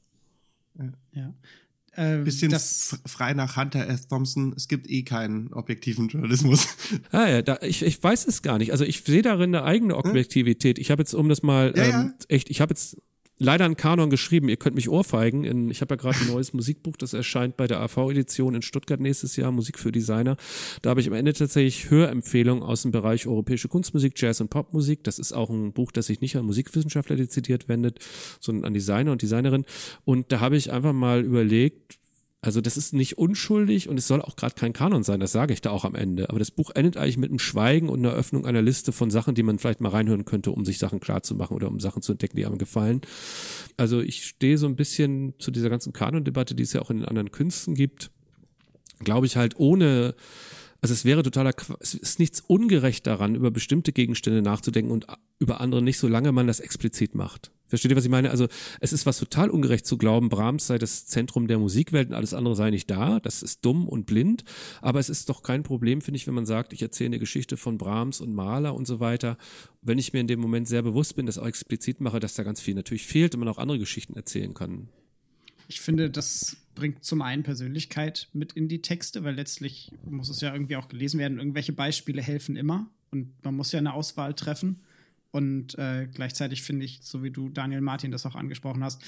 Ja. Äh, bisschen das frei nach Hunter S. Thompson, es gibt eh keinen objektiven Journalismus. Ah ja, da, ich, ich weiß es gar nicht. Also ich sehe darin eine eigene Objektivität. Ich habe jetzt, um das mal, ja, ähm, ja. echt, ich habe jetzt leider einen Kanon geschrieben, ihr könnt mich ohrfeigen. In, ich habe ja gerade ein neues Musikbuch, das erscheint bei der A V-Edition in Stuttgart nächstes Jahr, Musik für Designer. Da habe ich am Ende tatsächlich Hörempfehlungen aus dem Bereich europäische Kunstmusik, Jazz und Popmusik. Das ist auch ein Buch, das sich nicht an Musikwissenschaftler dezidiert wendet, sondern an Designer und Designerinnen. Und da habe ich einfach mal überlegt, also das ist nicht unschuldig und es soll auch gerade kein Kanon sein, das sage ich da auch am Ende. Aber das Buch endet eigentlich mit einem Schweigen und einer Öffnung einer Liste von Sachen, die man vielleicht mal reinhören könnte, um sich Sachen klarzumachen oder um Sachen zu entdecken, die einem gefallen. Also ich stehe so ein bisschen zu dieser ganzen Kanon-Debatte, die es ja auch in den anderen Künsten gibt, glaube ich halt ohne, also es wäre totaler, es ist nichts ungerecht daran, über bestimmte Gegenstände nachzudenken und über andere nicht, solange man das explizit macht. Versteht ihr, was ich meine? Also es ist was total ungerecht zu glauben, Brahms sei das Zentrum der Musikwelt und alles andere sei nicht da. Das ist dumm und blind. Aber es ist doch kein Problem, finde ich, wenn man sagt, ich erzähle eine Geschichte von Brahms und Mahler und so weiter. Wenn ich mir in dem Moment sehr bewusst bin, das auch explizit mache, dass da ganz viel natürlich fehlt und man auch andere Geschichten erzählen kann. Ich finde, das bringt zum einen Persönlichkeit mit in die Texte, weil letztlich muss es ja irgendwie auch gelesen werden. Irgendwelche Beispiele helfen immer und man muss ja eine Auswahl treffen. Und äh, gleichzeitig finde ich, so wie du, Daniel Martin, das auch angesprochen hast,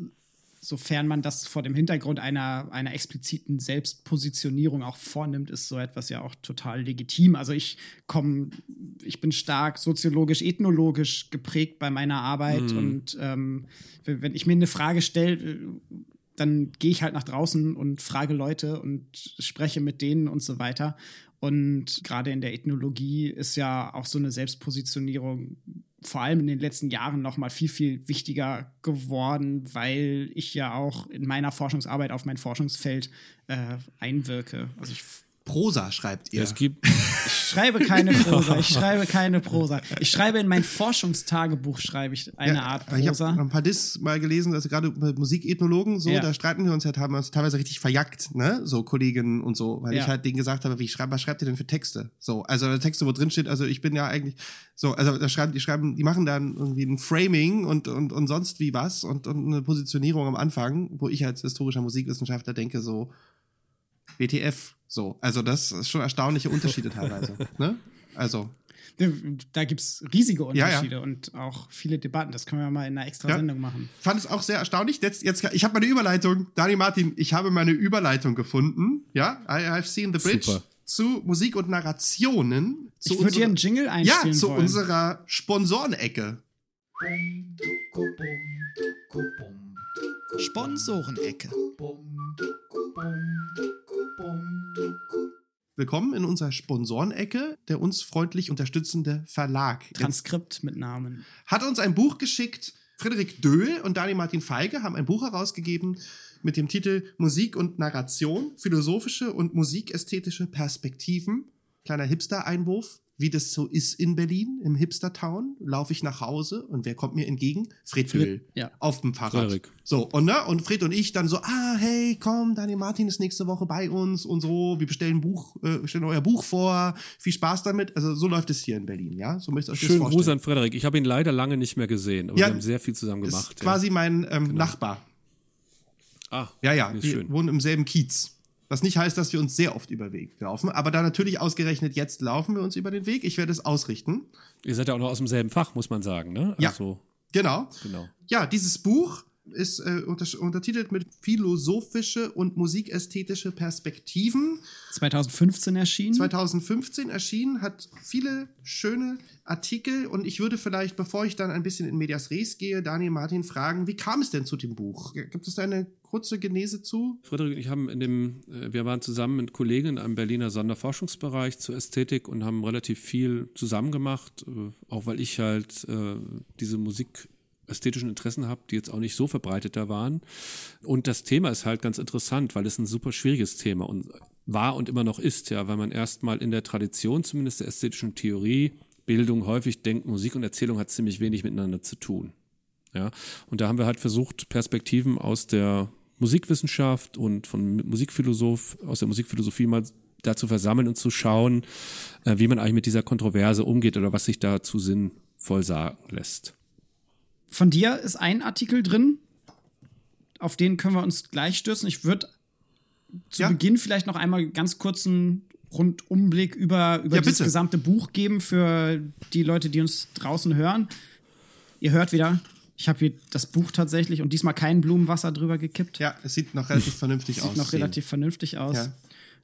sofern man das vor dem Hintergrund einer, einer expliziten Selbstpositionierung auch vornimmt, ist so etwas ja auch total legitim. Also ich komme, ich bin stark soziologisch, ethnologisch geprägt bei meiner Arbeit. Mhm. Und ähm, wenn ich mir eine Frage stelle, dann gehe ich halt nach draußen und frage Leute und spreche mit denen und so weiter. Und gerade in der Ethnologie ist ja auch so eine Selbstpositionierung vor allem in den letzten Jahren noch mal viel, viel wichtiger geworden, weil ich ja auch in meiner Forschungsarbeit auf mein Forschungsfeld äh, einwirke. Also ich Prosa schreibt ihr. Es gibt ich schreibe keine Prosa, ich schreibe keine Prosa. Ich schreibe in mein Forschungstagebuch, schreibe ich eine ja, Art Prosa. Ich habe ein paar Diss mal gelesen, also gerade Musikethnologen, so, ja. Da streiten wir uns halt, haben wir uns teilweise richtig verjagt, ne, so Kolleginnen und so, weil ja. ich halt denen gesagt habe, wie schreibe, was schreibt ihr denn für Texte? So, also Texte, wo drin steht, also ich bin ja eigentlich, so, also da schreiben, die schreiben, die machen dann irgendwie ein Framing und, und, und sonst wie was und, und eine Positionierung am Anfang, wo ich als historischer Musikwissenschaftler denke, so, W T F, so. Also das ist schon erstaunliche Unterschiede teilweise, ne? Also. Da gibt's riesige Unterschiede ja, ja. und auch viele Debatten. Das können wir mal in einer extra ja. Sendung machen. Fand es auch sehr erstaunlich. Jetzt, jetzt, ich habe meine Überleitung. Dani Martin, ich habe meine Überleitung gefunden. Ja, I have seen the bridge. Super. Zu Musik und Narrationen. Zu ich würde dir einen Jingle einspielen Ja, zu wollen. unserer Sponsorenecke. Sponsorenecke. Willkommen in unserer Sponsorenecke, der uns freundlich unterstützende Verlag. Transkript mit Namen. Hat uns ein Buch geschickt Frederik Döhl und Daniel Martin Feige haben ein Buch herausgegeben mit dem Titel Musik und Narration, philosophische und musikästhetische Perspektiven. Kleiner Hipster-Einwurf, wie das so ist in Berlin, im Hipster-Town, laufe ich nach Hause und wer kommt mir entgegen? Fred Döhl, ja. Auf dem Fahrrad. Frederik. So, und, ne? und Fred und ich dann so, ah, hey, komm, Daniel Martin ist nächste Woche bei uns und so, wir bestellen ein Buch, äh, wir stellen euer Buch vor, viel Spaß damit. Also so läuft es hier in Berlin, ja? So möchte ich euch das Schönen vorstellen. Gruß an Frederik. Ich habe ihn leider lange nicht mehr gesehen, aber Ja, wir haben sehr viel zusammen gemacht. Ist quasi mein ähm, Nachbar. Ah, Ja, ja, ist wir schön. wohnen im selben Kiez. Was nicht heißt, dass wir uns sehr oft über den Weg laufen. Aber da natürlich ausgerechnet jetzt laufen wir uns über den Weg. Ich werde es ausrichten. Ihr seid ja auch noch aus demselben Fach, muss man sagen, ne? Ja. Also, Genau. genau. Ja, dieses Buch ist äh, unter, untertitelt mit philosophische und musikästhetische Perspektiven. zwanzig fünfzehn erschienen. zwanzig fünfzehn erschienen, hat viele schöne Artikel und ich würde vielleicht, bevor ich dann ein bisschen in Medias Res gehe, Daniel Martin fragen, wie kam es denn zu dem Buch? Gibt es da eine kurze Genese zu? Frederik und ich haben in dem, äh, wir waren zusammen mit Kollegen in einem Berliner Sonderforschungsbereich zur Ästhetik und haben relativ viel zusammen gemacht, äh, auch weil ich halt äh, diese Musik ästhetischen Interessen habe, die jetzt auch nicht so verbreitet da waren. Und das Thema ist halt ganz interessant, weil es ein super schwieriges Thema und war und immer noch ist, ja, weil man erstmal in der Tradition zumindest der ästhetischen Theorie, Bildung häufig denkt, Musik und Erzählung hat ziemlich wenig miteinander zu tun. Ja, und da haben wir halt versucht, Perspektiven aus der Musikwissenschaft und von Musikphilosoph, aus der Musikphilosophie mal dazu versammeln und zu schauen, äh, wie man eigentlich mit dieser Kontroverse umgeht oder was sich dazu sinnvoll sagen lässt. Von dir ist ein Artikel drin, auf den können wir uns gleich stürzen. Ich würde zu Ja. Beginn vielleicht noch einmal ganz kurzen Rundumblick über, über Ja, das bitte. gesamte Buch geben für die Leute, die uns draußen hören. Ihr hört wieder, ich habe hier das Buch tatsächlich und diesmal kein Blumenwasser drüber gekippt. Ja, es sieht noch relativ vernünftig aus. Sieht noch relativ vernünftig aus. Ja.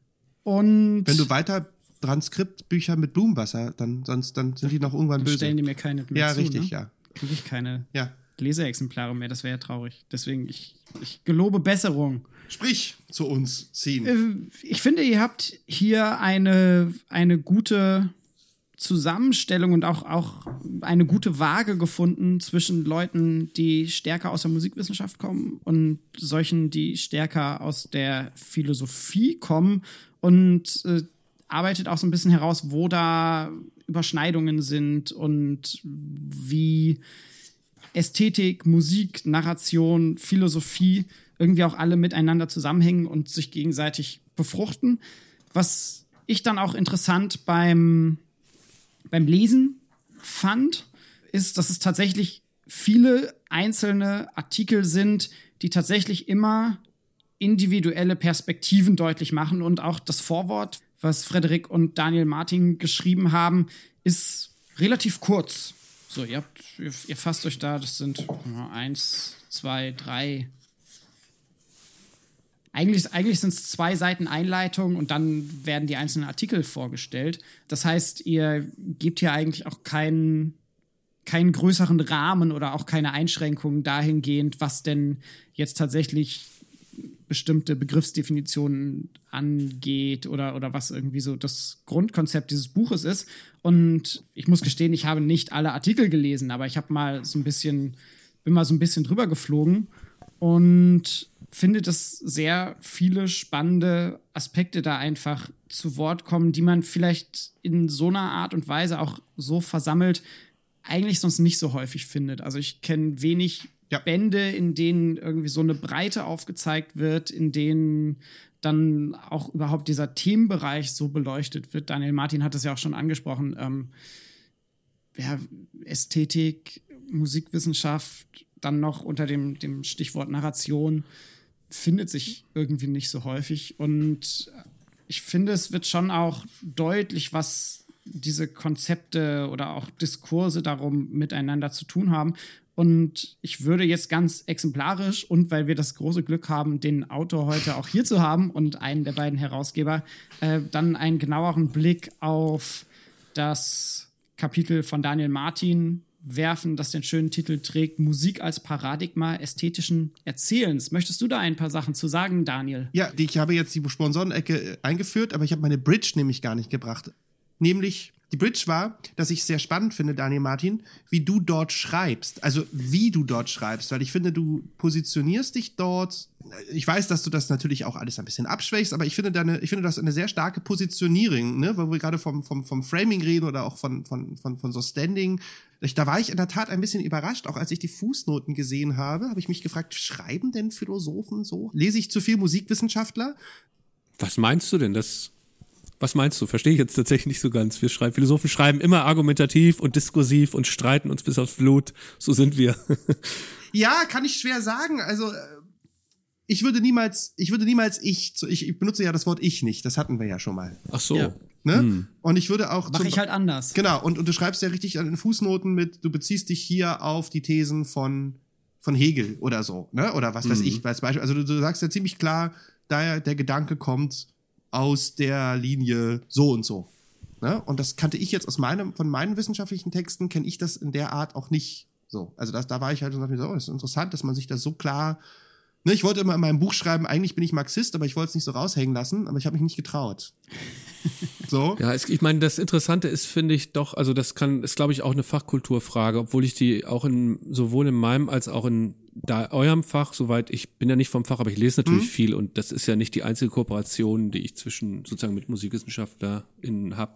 Und Wenn du weiter Transkriptbücher mit Blumenwasser, dann sonst dann sind die noch irgendwann dann böse. stellen die mir keine mehr ja, zu, richtig, ne? ja. Kriege ich keine Ja. Leseexemplare mehr, das wäre ja traurig. Deswegen, ich, ich gelobe Besserung. Sprich zu uns, Scene. Äh, Ich finde, ihr habt hier eine, eine gute Zusammenstellung und auch, auch eine gute Waage gefunden zwischen Leuten, die stärker aus der Musikwissenschaft kommen und solchen, die stärker aus der Philosophie kommen und äh, arbeitet auch so ein bisschen heraus, wo da Überschneidungen sind und wie Ästhetik, Musik, Narration, Philosophie irgendwie auch alle miteinander zusammenhängen und sich gegenseitig befruchten. Was ich dann auch interessant beim, beim Lesen fand, ist, dass es tatsächlich viele einzelne Artikel sind, die tatsächlich immer individuelle Perspektiven deutlich machen. Und auch das Vorwort, was Frederik und Daniel Martin geschrieben haben, ist relativ kurz. So, ihr habt, ihr, ihr fasst euch da, das sind ja, eins, zwei, drei. Eigentlich, eigentlich sind es zwei Seiten Einleitung und dann werden die einzelnen Artikel vorgestellt. Das heißt, ihr gebt hier eigentlich auch keinen, keinen größeren Rahmen oder auch keine Einschränkungen dahingehend, was denn jetzt tatsächlich bestimmte Begriffsdefinitionen angeht oder, oder was irgendwie so das Grundkonzept dieses Buches ist. Und ich muss gestehen, ich habe nicht alle Artikel gelesen, aber ich habe mal so ein bisschen, bin mal so ein bisschen drüber geflogen und finde, dass sehr viele spannende Aspekte da einfach zu Wort kommen, die man vielleicht in so einer Art und Weise auch so versammelt eigentlich sonst nicht so häufig findet. Also ich kenne wenig Ja. Bände, in denen irgendwie so eine Breite aufgezeigt wird, in denen dann auch überhaupt dieser Themenbereich so beleuchtet wird. Daniel Martin hat es ja auch schon angesprochen. Ähm, ja, Ästhetik, Musikwissenschaft, dann noch unter dem, dem Stichwort Narration findet sich irgendwie nicht so häufig. Und ich finde, es wird schon auch deutlich, was diese Konzepte oder auch Diskurse darum miteinander zu tun haben. Und ich würde jetzt ganz exemplarisch und weil wir das große Glück haben, den Autor heute auch hier zu haben und einen der beiden Herausgeber, äh, dann einen genaueren Blick auf das Kapitel von Daniel Martin werfen, das den schönen Titel trägt, Musik als Paradigma ästhetischen Erzählens. Möchtest du da ein paar Sachen zu sagen, Daniel? Ja, die, ich habe jetzt die Sponsorenecke eingeführt, aber ich habe meine Bridge nämlich gar nicht gebracht. Nämlich Die Bridge war, dass ich sehr spannend finde, Daniel Martin, wie du dort schreibst. Also wie du dort schreibst, weil ich finde, du positionierst dich dort. Ich weiß, dass du das natürlich auch alles ein bisschen abschwächst, aber ich finde, deine, ich finde das eine sehr starke Positionierung, ne? Weil wir gerade vom, vom, vom Framing reden oder auch von, von, von, von so Standing. Ich, da war ich in der Tat ein bisschen überrascht, auch als ich die Fußnoten gesehen habe, habe ich mich gefragt, schreiben denn Philosophen so? Lese ich zu viel Musikwissenschaftler? Was meinst du denn? Das Was meinst du? Verstehe ich jetzt tatsächlich nicht so ganz. Wir schreiben, Philosophen schreiben immer argumentativ und diskursiv und streiten uns bis aufs Blut. So sind wir. Ja, kann ich schwer sagen. Also ich würde niemals, ich würde niemals ich, ich, ich benutze ja das Wort ich nicht. Das hatten wir ja schon mal. Ach so. Ja. Ne? Hm. Und ich würde auch. Mache ich halt anders. Genau. Und, und du schreibst ja richtig an den Fußnoten mit. Du beziehst dich hier auf die Thesen von von Hegel oder so, ne? Oder was weiß Mhm. ich als Beispiel. Also du, du sagst ja ziemlich klar, daher der Gedanke kommt aus der Linie so und so. Ne? Und das kannte ich jetzt aus meinem, von meinen wissenschaftlichen Texten, kenne ich das in der Art auch nicht so. Also das, da war ich halt und dachte mir so, oh, das ist interessant, dass man sich das so klar. Ne, ich wollte immer in meinem Buch schreiben, eigentlich bin ich Marxist, aber ich wollte es nicht so raushängen lassen, aber ich habe mich nicht getraut. So. Ja, es, ich meine, das Interessante ist, finde ich doch, also das kann, ist glaube ich auch eine Fachkulturfrage, obwohl ich die auch in, sowohl in meinem als auch in da eurem Fach, soweit, ich bin ja nicht vom Fach, aber ich lese natürlich Mhm. viel und das ist ja nicht die einzige Kooperation, die ich zwischen sozusagen mit MusikwissenschaftlerInnen habe.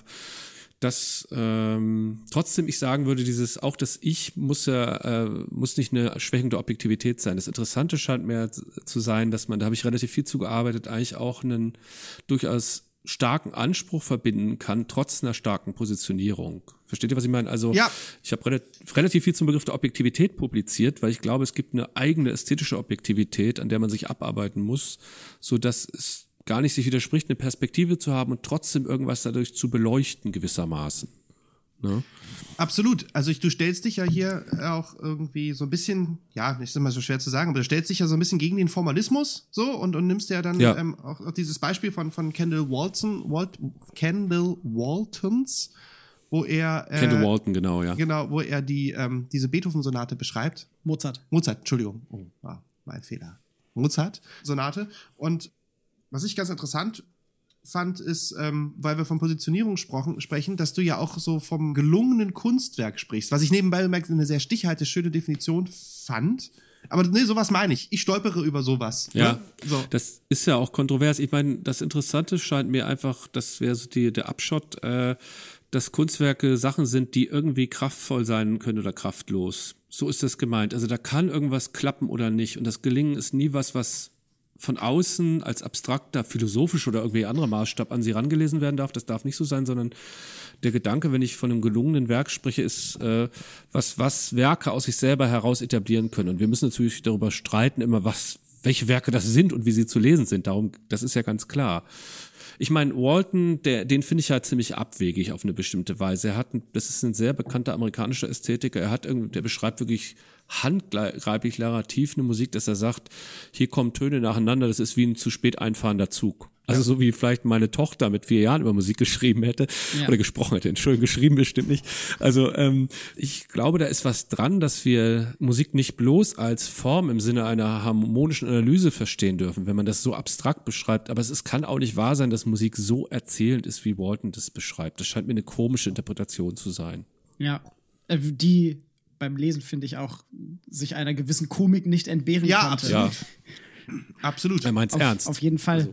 Dass ähm, trotzdem ich sagen würde, dieses auch das Ich muss ja äh, muss nicht eine Schwächung der Objektivität sein. Das Interessante scheint mir zu sein, dass man, da habe ich relativ viel zu gearbeitet, eigentlich auch einen durchaus starken Anspruch verbinden kann, trotz einer starken Positionierung. Versteht ihr, was ich meine? Also Ja. ich habe relativ, relativ viel zum Begriff der Objektivität publiziert, weil ich glaube, es gibt eine eigene ästhetische Objektivität, an der man sich abarbeiten muss, so dass es gar nicht sich widerspricht, eine Perspektive zu haben und trotzdem irgendwas dadurch zu beleuchten gewissermaßen. Ne? Absolut. Also ich, du stellst dich ja hier auch irgendwie so ein bisschen, ja, ist immer so schwer zu sagen, aber du stellst dich ja so ein bisschen gegen den Formalismus so und, und nimmst ja dann Ja. Ähm, auch, auch dieses Beispiel von, von Kendall Walton, Walt, Kendall Waltons, wo er äh, Kendall Walton, genau, ja. genau, wo er die ähm, diese Beethoven-Sonate beschreibt. Mozart. Mozart, Entschuldigung. Oh, war mein Fehler. Mozart-Sonate. Und was ich ganz interessant fand, ist, ähm, weil wir von Positionierung sprochen, sprechen, dass du ja auch so vom gelungenen Kunstwerk sprichst, was ich nebenbei bemerkt eine sehr stichhaltige, schöne Definition fand. Aber nee, sowas meine ich. Ich stolpere über sowas. Ja, Ne? So. das ist ja auch kontrovers. Ich meine, das Interessante scheint mir einfach, das wäre so die, der Abschott, äh, dass Kunstwerke Sachen sind, die irgendwie kraftvoll sein können oder kraftlos. So ist das gemeint. Also da kann irgendwas klappen oder nicht. Und das Gelingen ist nie was, was von außen als abstrakter, philosophisch oder irgendwie anderer Maßstab an sie rangelesen werden darf. Das darf nicht so sein, sondern der Gedanke, wenn ich von einem gelungenen Werk spreche, ist, äh, was, was Werke aus sich selber heraus etablieren können. Und wir müssen natürlich darüber streiten, immer was, welche Werke das sind und wie sie zu lesen sind. Darum, das ist ja ganz klar. Ich meine, Walton, der, den finde ich halt ziemlich abwegig auf eine bestimmte Weise. Er hat, das ist ein sehr bekannter amerikanischer Ästhetiker. Er hat irgendwie, der beschreibt wirklich handgreiflich narrativ eine Musik, dass er sagt, hier kommen Töne nacheinander, das ist wie ein zu spät einfahrender Zug. Also so wie vielleicht meine Tochter mit vier Jahren über Musik geschrieben hätte Ja. oder gesprochen hätte. Entschuldigung, geschrieben bestimmt nicht. Also ähm, ich glaube, da ist was dran, dass wir Musik nicht bloß als Form im Sinne einer harmonischen Analyse verstehen dürfen, wenn man das so abstrakt beschreibt. Aber es ist, kann auch nicht wahr sein, dass Musik so erzählend ist, wie Walton das beschreibt. Das scheint mir eine komische Interpretation zu sein. Ja. Äh, Die beim Lesen, finde ich, auch sich einer gewissen Komik nicht entbehren Ja, konnte. Ja, Absolut. er meint's Auf, ernst. auf jeden Fall.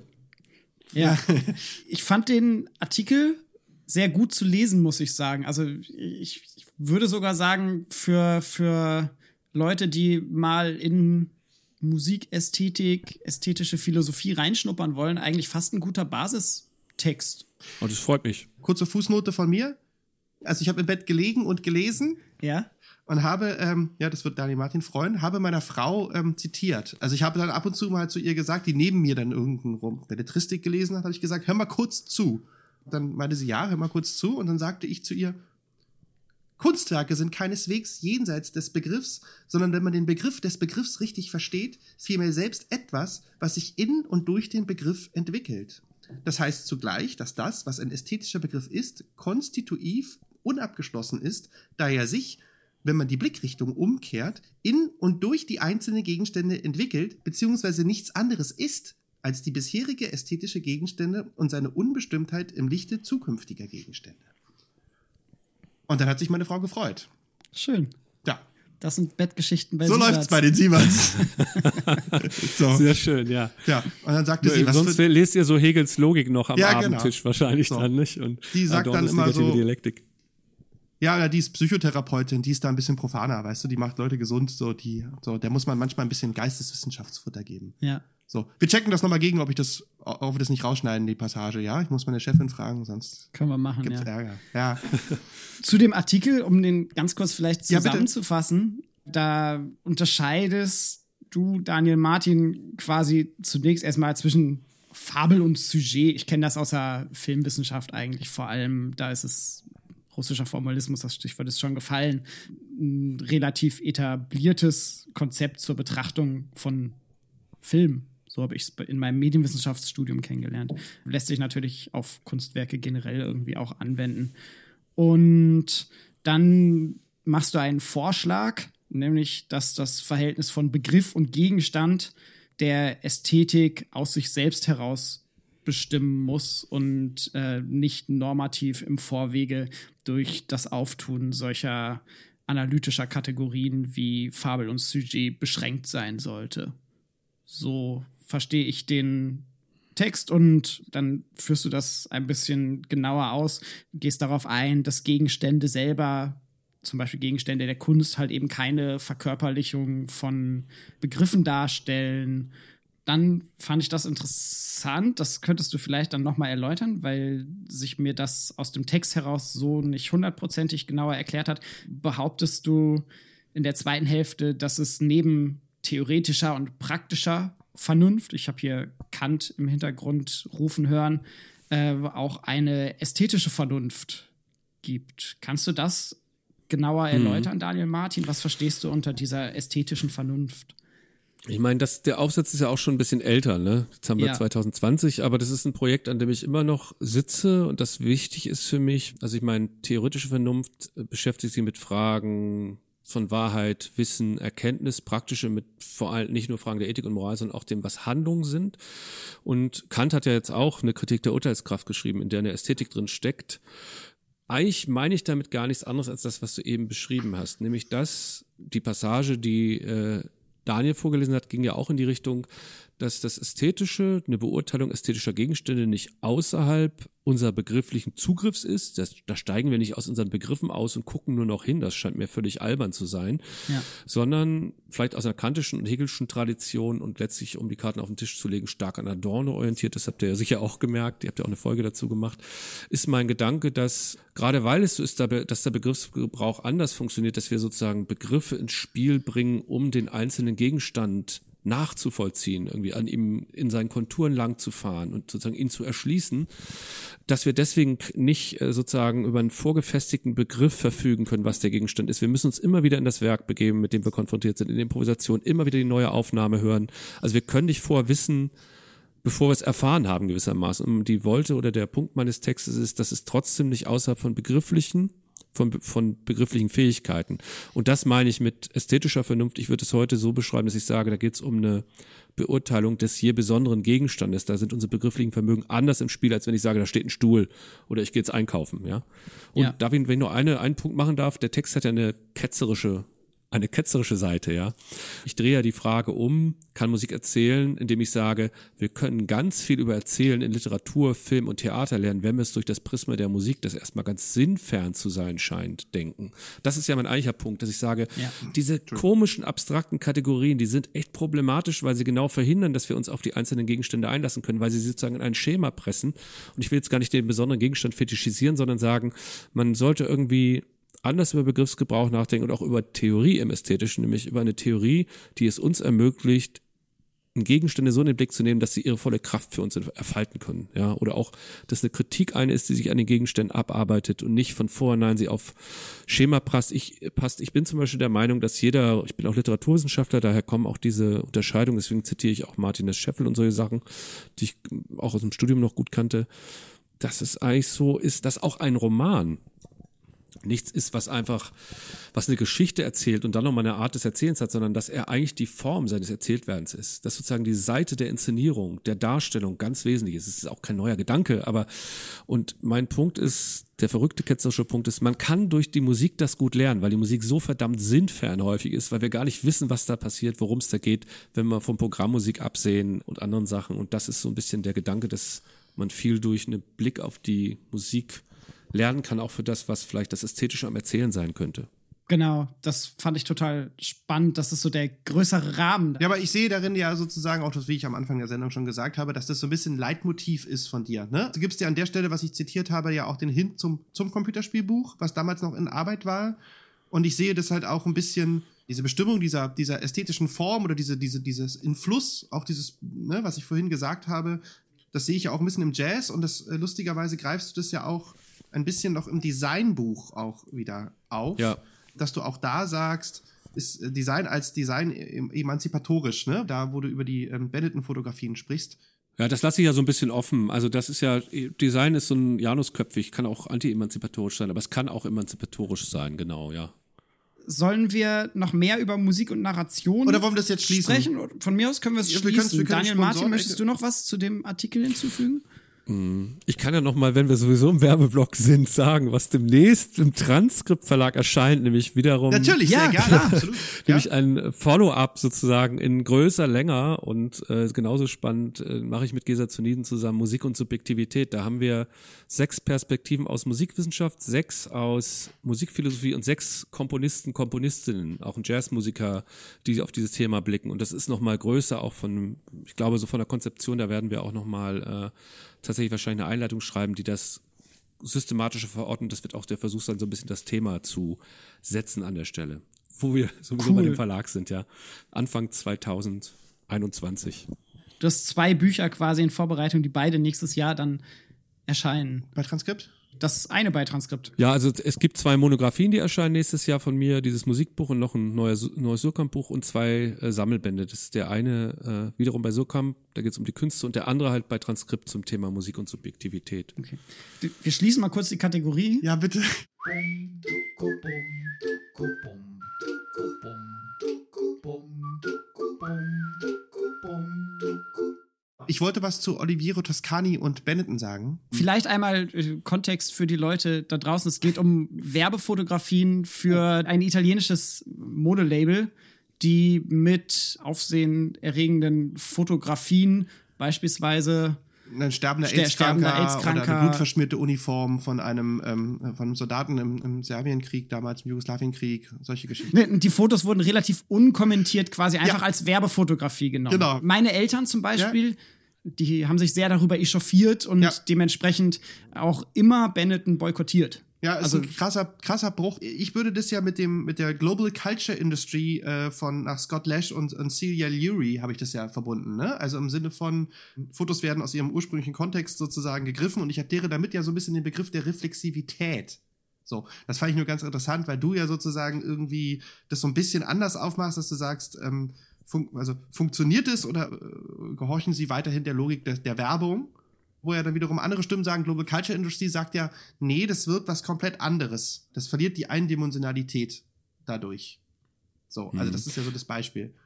Ja. Ich fand den Artikel sehr gut zu lesen, muss ich sagen. Also ich, ich würde sogar sagen, für, für Leute, die mal in Musikästhetik, ästhetische Philosophie reinschnuppern wollen, eigentlich fast ein guter Basistext. Und das freut mich. Kurze Fußnote von mir. Also ich habe im Bett gelegen und gelesen Ja? und habe, ähm, ja, das wird Daniel Martin freuen, habe meiner Frau ähm, zitiert. Also ich habe dann ab und zu mal zu ihr gesagt, die neben mir dann irgendein rum Belletristik gelesen hat, habe ich gesagt, hör mal kurz zu. Dann meinte sie, ja, hör mal kurz zu. Und dann sagte ich zu ihr, Kunstwerke sind keineswegs jenseits des Begriffs, sondern wenn man den Begriff des Begriffs richtig versteht, vielmehr selbst etwas, was sich in und durch den Begriff entwickelt. Das heißt zugleich, dass das, was ein ästhetischer Begriff ist, konstitutiv unabgeschlossen ist, da er sich, wenn man die Blickrichtung umkehrt, in und durch die einzelnen Gegenstände entwickelt, beziehungsweise nichts anderes ist, als die bisherige ästhetische Gegenstände und seine Unbestimmtheit im Lichte zukünftiger Gegenstände. Und dann hat sich meine Frau gefreut. Schön. Ja. Das sind Bettgeschichten bei So Sieberts. läuft's bei den Sieberts. So. Sehr schön, ja. Ja, und dann sagte sie, was Sonst für... lest ihr so Hegels Logik noch am Ja, Abendtisch genau. wahrscheinlich So. dann, nicht? Und Die sagt Adornos dann immer negative so- Dialektik. Ja, oder die ist Psychotherapeutin, die ist da ein bisschen profaner, weißt du, die macht Leute gesund, so, die, so, der muss man manchmal ein bisschen Geisteswissenschaftsfutter geben. Ja. So, wir checken das nochmal gegen, ob ich das, ob wir das nicht rausschneiden, die Passage, ja? Ich muss meine Chefin fragen, sonst Können wir machen, gibt's ja. Ärger. Ja. Zu dem Artikel, um den ganz kurz vielleicht Ja, bitte. zusammenzufassen, da unterscheidest du, Daniel Martin, quasi zunächst erstmal zwischen Fabel und Sujet. Ich kenne das aus der Filmwissenschaft eigentlich vor allem. Da ist es russischer Formalismus, das Stichwort ist schon gefallen. Ein relativ etabliertes Konzept zur Betrachtung von Film. So habe ich es in meinem Medienwissenschaftsstudium kennengelernt. Lässt sich natürlich auf Kunstwerke generell irgendwie auch anwenden. Und dann machst du einen Vorschlag, nämlich, dass das Verhältnis von Begriff und Gegenstand der Ästhetik aus sich selbst heraus bestimmen muss und äh, nicht normativ im Vorwege durch das Auftun solcher analytischer Kategorien wie Fabel und Sujet beschränkt sein sollte. So verstehe ich den Text und dann führst du das ein bisschen genauer aus, gehst darauf ein, dass Gegenstände selber, zum Beispiel Gegenstände der Kunst, halt eben keine Verkörperlichung von Begriffen darstellen. Dann fand ich das interessant, das könntest du vielleicht dann nochmal erläutern, weil sich mir das aus dem Text heraus so nicht hundertprozentig genauer erklärt hat. Behauptest du in der zweiten Hälfte, dass es neben theoretischer und praktischer Vernunft, ich habe hier Kant im Hintergrund rufen hören, äh, auch eine ästhetische Vernunft gibt. Kannst du das genauer erläutern, mhm. Daniel Martin? Was verstehst du unter dieser ästhetischen Vernunft? Ich meine, das, der Aufsatz ist ja auch schon ein bisschen älter, ne? Jetzt haben wir Ja. zwanzig zwanzig, aber das ist ein Projekt, an dem ich immer noch sitze und das wichtig ist für mich. Also ich meine, theoretische Vernunft beschäftigt sich mit Fragen von Wahrheit, Wissen, Erkenntnis, praktische mit vor allem nicht nur Fragen der Ethik und Moral, sondern auch dem, was Handlungen sind. Und Kant hat ja jetzt auch eine Kritik der Urteilskraft geschrieben, in der eine Ästhetik drin steckt. Eigentlich meine ich damit gar nichts anderes als das, was du eben beschrieben hast, nämlich dass die Passage, die äh, Daniel vorgelesen hat, ging ja auch in die Richtung, dass das Ästhetische, eine Beurteilung ästhetischer Gegenstände nicht außerhalb unserer begrifflichen Zugriffs ist. Das, da steigen wir nicht aus unseren Begriffen aus und gucken nur noch hin. Das scheint mir völlig albern zu sein. Ja. Sondern vielleicht aus einer kantischen und hegelschen Tradition und letztlich, um die Karten auf den Tisch zu legen, stark an Adorno orientiert. Das habt ihr ja sicher auch gemerkt. Ihr habt ja auch eine Folge dazu gemacht. Ist mein Gedanke, dass gerade weil es so ist, dass der Begriffsgebrauch anders funktioniert, dass wir sozusagen Begriffe ins Spiel bringen, um den einzelnen Gegenstand nachzuvollziehen, irgendwie an ihm in seinen Konturen lang zu fahren und sozusagen ihn zu erschließen, dass wir deswegen nicht äh, sozusagen über einen vorgefestigten Begriff verfügen können, was der Gegenstand ist. Wir müssen uns immer wieder in das Werk begeben, mit dem wir konfrontiert sind, in der Improvisation, immer wieder die neue Aufnahme hören. Also wir können nicht vorher wissen, bevor wir es erfahren haben gewissermaßen. Und die Wolte oder der Punkt meines Textes ist, dass es trotzdem nicht außerhalb von begrifflichen Von, von begrifflichen Fähigkeiten. Und das meine ich mit ästhetischer Vernunft. Ich würde es heute so beschreiben, dass ich sage, da geht es um eine Beurteilung des je besonderen Gegenstandes. Da sind unsere begrifflichen Vermögen anders im Spiel, als wenn ich sage, da steht ein Stuhl oder ich gehe jetzt einkaufen. Ja. Und Ja. darf ich, wenn ich nur eine, einen Punkt machen darf, der Text hat ja eine ketzerische eine ketzerische Seite, ja. Ich drehe ja die Frage um, kann Musik erzählen, indem ich sage, wir können ganz viel über Erzählen in Literatur, Film und Theater lernen, wenn wir es durch das Prisma der Musik, das erstmal ganz sinnfern zu sein scheint, denken. Das ist ja mein eigentlicher Punkt, dass ich sage, Ja. diese komischen, abstrakten Kategorien, die sind echt problematisch, weil sie genau verhindern, dass wir uns auf die einzelnen Gegenstände einlassen können, weil sie sozusagen in ein Schema pressen. Und ich will jetzt gar nicht den besonderen Gegenstand fetischisieren, sondern sagen, man sollte irgendwie anders über Begriffsgebrauch nachdenken und auch über Theorie im Ästhetischen, nämlich über eine Theorie, die es uns ermöglicht, Gegenstände so in den Blick zu nehmen, dass sie ihre volle Kraft für uns entfalten können. Ja? Oder auch, dass eine Kritik eine ist, die sich an den Gegenständen abarbeitet und nicht von vornherein sie auf Schema passt. Ich, passt. ich bin zum Beispiel der Meinung, dass jeder, ich bin auch Literaturwissenschaftler, daher kommen auch diese Unterscheidungen, deswegen zitiere ich auch Martin S. Scheffel und solche Sachen, die ich auch aus dem Studium noch gut kannte, dass es eigentlich so ist, dass auch ein Roman nichts ist, was einfach, was eine Geschichte erzählt und dann nochmal eine Art des Erzählens hat, sondern dass er eigentlich die Form seines Erzähltwerdens ist. Dass sozusagen die Seite der Inszenierung, der Darstellung ganz wesentlich ist. Es ist auch kein neuer Gedanke, aber und mein Punkt ist, der verrückte ketzerische Punkt ist, man kann durch die Musik das gut lernen, weil die Musik so verdammt sinnfern häufig ist, weil wir gar nicht wissen, was da passiert, worum es da geht, wenn wir von Programmmusik absehen und anderen Sachen. Und das ist so ein bisschen der Gedanke, dass man viel durch einen Blick auf die Musik lernen kann, auch für das, was vielleicht das Ästhetische am Erzählen sein könnte. Genau, das fand ich total spannend. Das ist so der größere Rahmen. Ja, aber ich sehe darin ja sozusagen auch das, wie ich am Anfang der Sendung schon gesagt habe, dass das so ein bisschen Leitmotiv ist von dir. Ne? Du gibst dir an der Stelle, was ich zitiert habe, ja auch den Hint zum, zum Computerspielbuch, was damals noch in Arbeit war. Und ich sehe das halt auch ein bisschen, diese Bestimmung dieser, dieser ästhetischen Form oder diese, diese, dieses Influss, auch dieses, ne, was ich vorhin gesagt habe, das sehe ich ja auch ein bisschen im Jazz. Und das äh, lustigerweise greifst du das ja auch ein bisschen noch im Designbuch auch wieder auf, ja. Dass du auch da sagst, ist Design als Design emanzipatorisch, ne? Da, wo du über die ähm, Benetton-Fotografien sprichst. Ja, das lasse ich ja so ein bisschen offen. Also das ist ja, Design ist so ein Janusköpfig, kann auch anti-emanzipatorisch sein, aber es kann auch emanzipatorisch sein, genau, ja. Sollen wir noch mehr über Musik und Narration Oder wollen wir das jetzt schließen? sprechen? Von mir aus können wir es Ja, wir schließen. wir Daniel Sponsoren- Martin, möchtest du noch was zu dem Artikel hinzufügen? Ich kann ja noch mal, wenn wir sowieso im Werbeblock sind, sagen, was demnächst im Transkript-Verlag erscheint, nämlich wiederum Natürlich, sehr Ja, gerne, klar. absolut. nämlich Ja. ein Follow-up sozusagen in größer, länger und äh, genauso spannend äh, mache ich mit Gesa Zuniden zusammen Musik und Subjektivität. Da haben wir sechs Perspektiven aus Musikwissenschaft, sechs aus Musikphilosophie und sechs Komponisten, Komponistinnen, auch ein Jazzmusiker, die auf dieses Thema blicken. Und das ist noch mal größer auch von, ich glaube, so von der Konzeption, da werden wir auch noch mal äh, tatsächlich wahrscheinlich eine Einleitung schreiben, die das systematische verordnet. Das wird auch der Versuch sein, so ein bisschen das Thema zu setzen an der Stelle. Wo wir sowieso Cool. bei dem Verlag sind, ja. Anfang zwanzig einundzwanzig. Du hast zwei Bücher quasi in Vorbereitung, die beide nächstes Jahr dann erscheinen. Bei Transkript? Das eine bei Transkript. Ja, also es gibt zwei Monographien, die erscheinen nächstes Jahr von mir, dieses Musikbuch und noch ein neues, neues Surkamp-Buch und zwei äh, Sammelbände. Das ist der eine äh, wiederum bei Surkamp, da geht es um die Künste und der andere halt bei Transkript zum Thema Musik und Subjektivität. Okay. Wir, wir schließen mal kurz die Kategorie. Ja, bitte. Ich wollte was zu Oliviero Toscani und Benetton sagen. Vielleicht einmal äh, Kontext für die Leute da draußen. Es geht um Werbefotografien für ein italienisches Modelabel, die mit aufsehenerregenden Fotografien beispielsweise Ein sterbender Ster- sterbender AIDS-Kranker AIDS-Kranker. oder eine blutverschmierte Uniform von einem ähm, von einem Soldaten im, im Serbienkrieg, damals im Jugoslawienkrieg, solche Geschichten. Ne, die Fotos wurden relativ unkommentiert quasi einfach Ja. als Werbefotografie genommen. Genau. Meine Eltern zum Beispiel, die haben sich sehr darüber echauffiert und Ja. dementsprechend auch immer Benetton boykottiert. Ja, ist Also- ein krasser, krasser Bruch. Ich würde das ja mit dem, mit der Global Culture Industry äh, von nach Scott Lash und, und Celia Lurie habe ich das ja verbunden, ne? Also im Sinne von, Fotos werden aus ihrem ursprünglichen Kontext sozusagen gegriffen und ich addiere damit ja so ein bisschen den Begriff der Reflexivität. So, das fand ich nur ganz interessant, weil du ja sozusagen irgendwie das so ein bisschen anders aufmachst, dass du sagst, ähm, fun- also funktioniert es oder äh, gehorchen sie weiterhin der Logik der, der Werbung? Wo ja dann wiederum andere Stimmen sagen, Global Culture Industry sagt ja, nee, das wird was komplett anderes. Das verliert die Eindimensionalität dadurch. So, also Mhm. das ist ja so das Beispiel.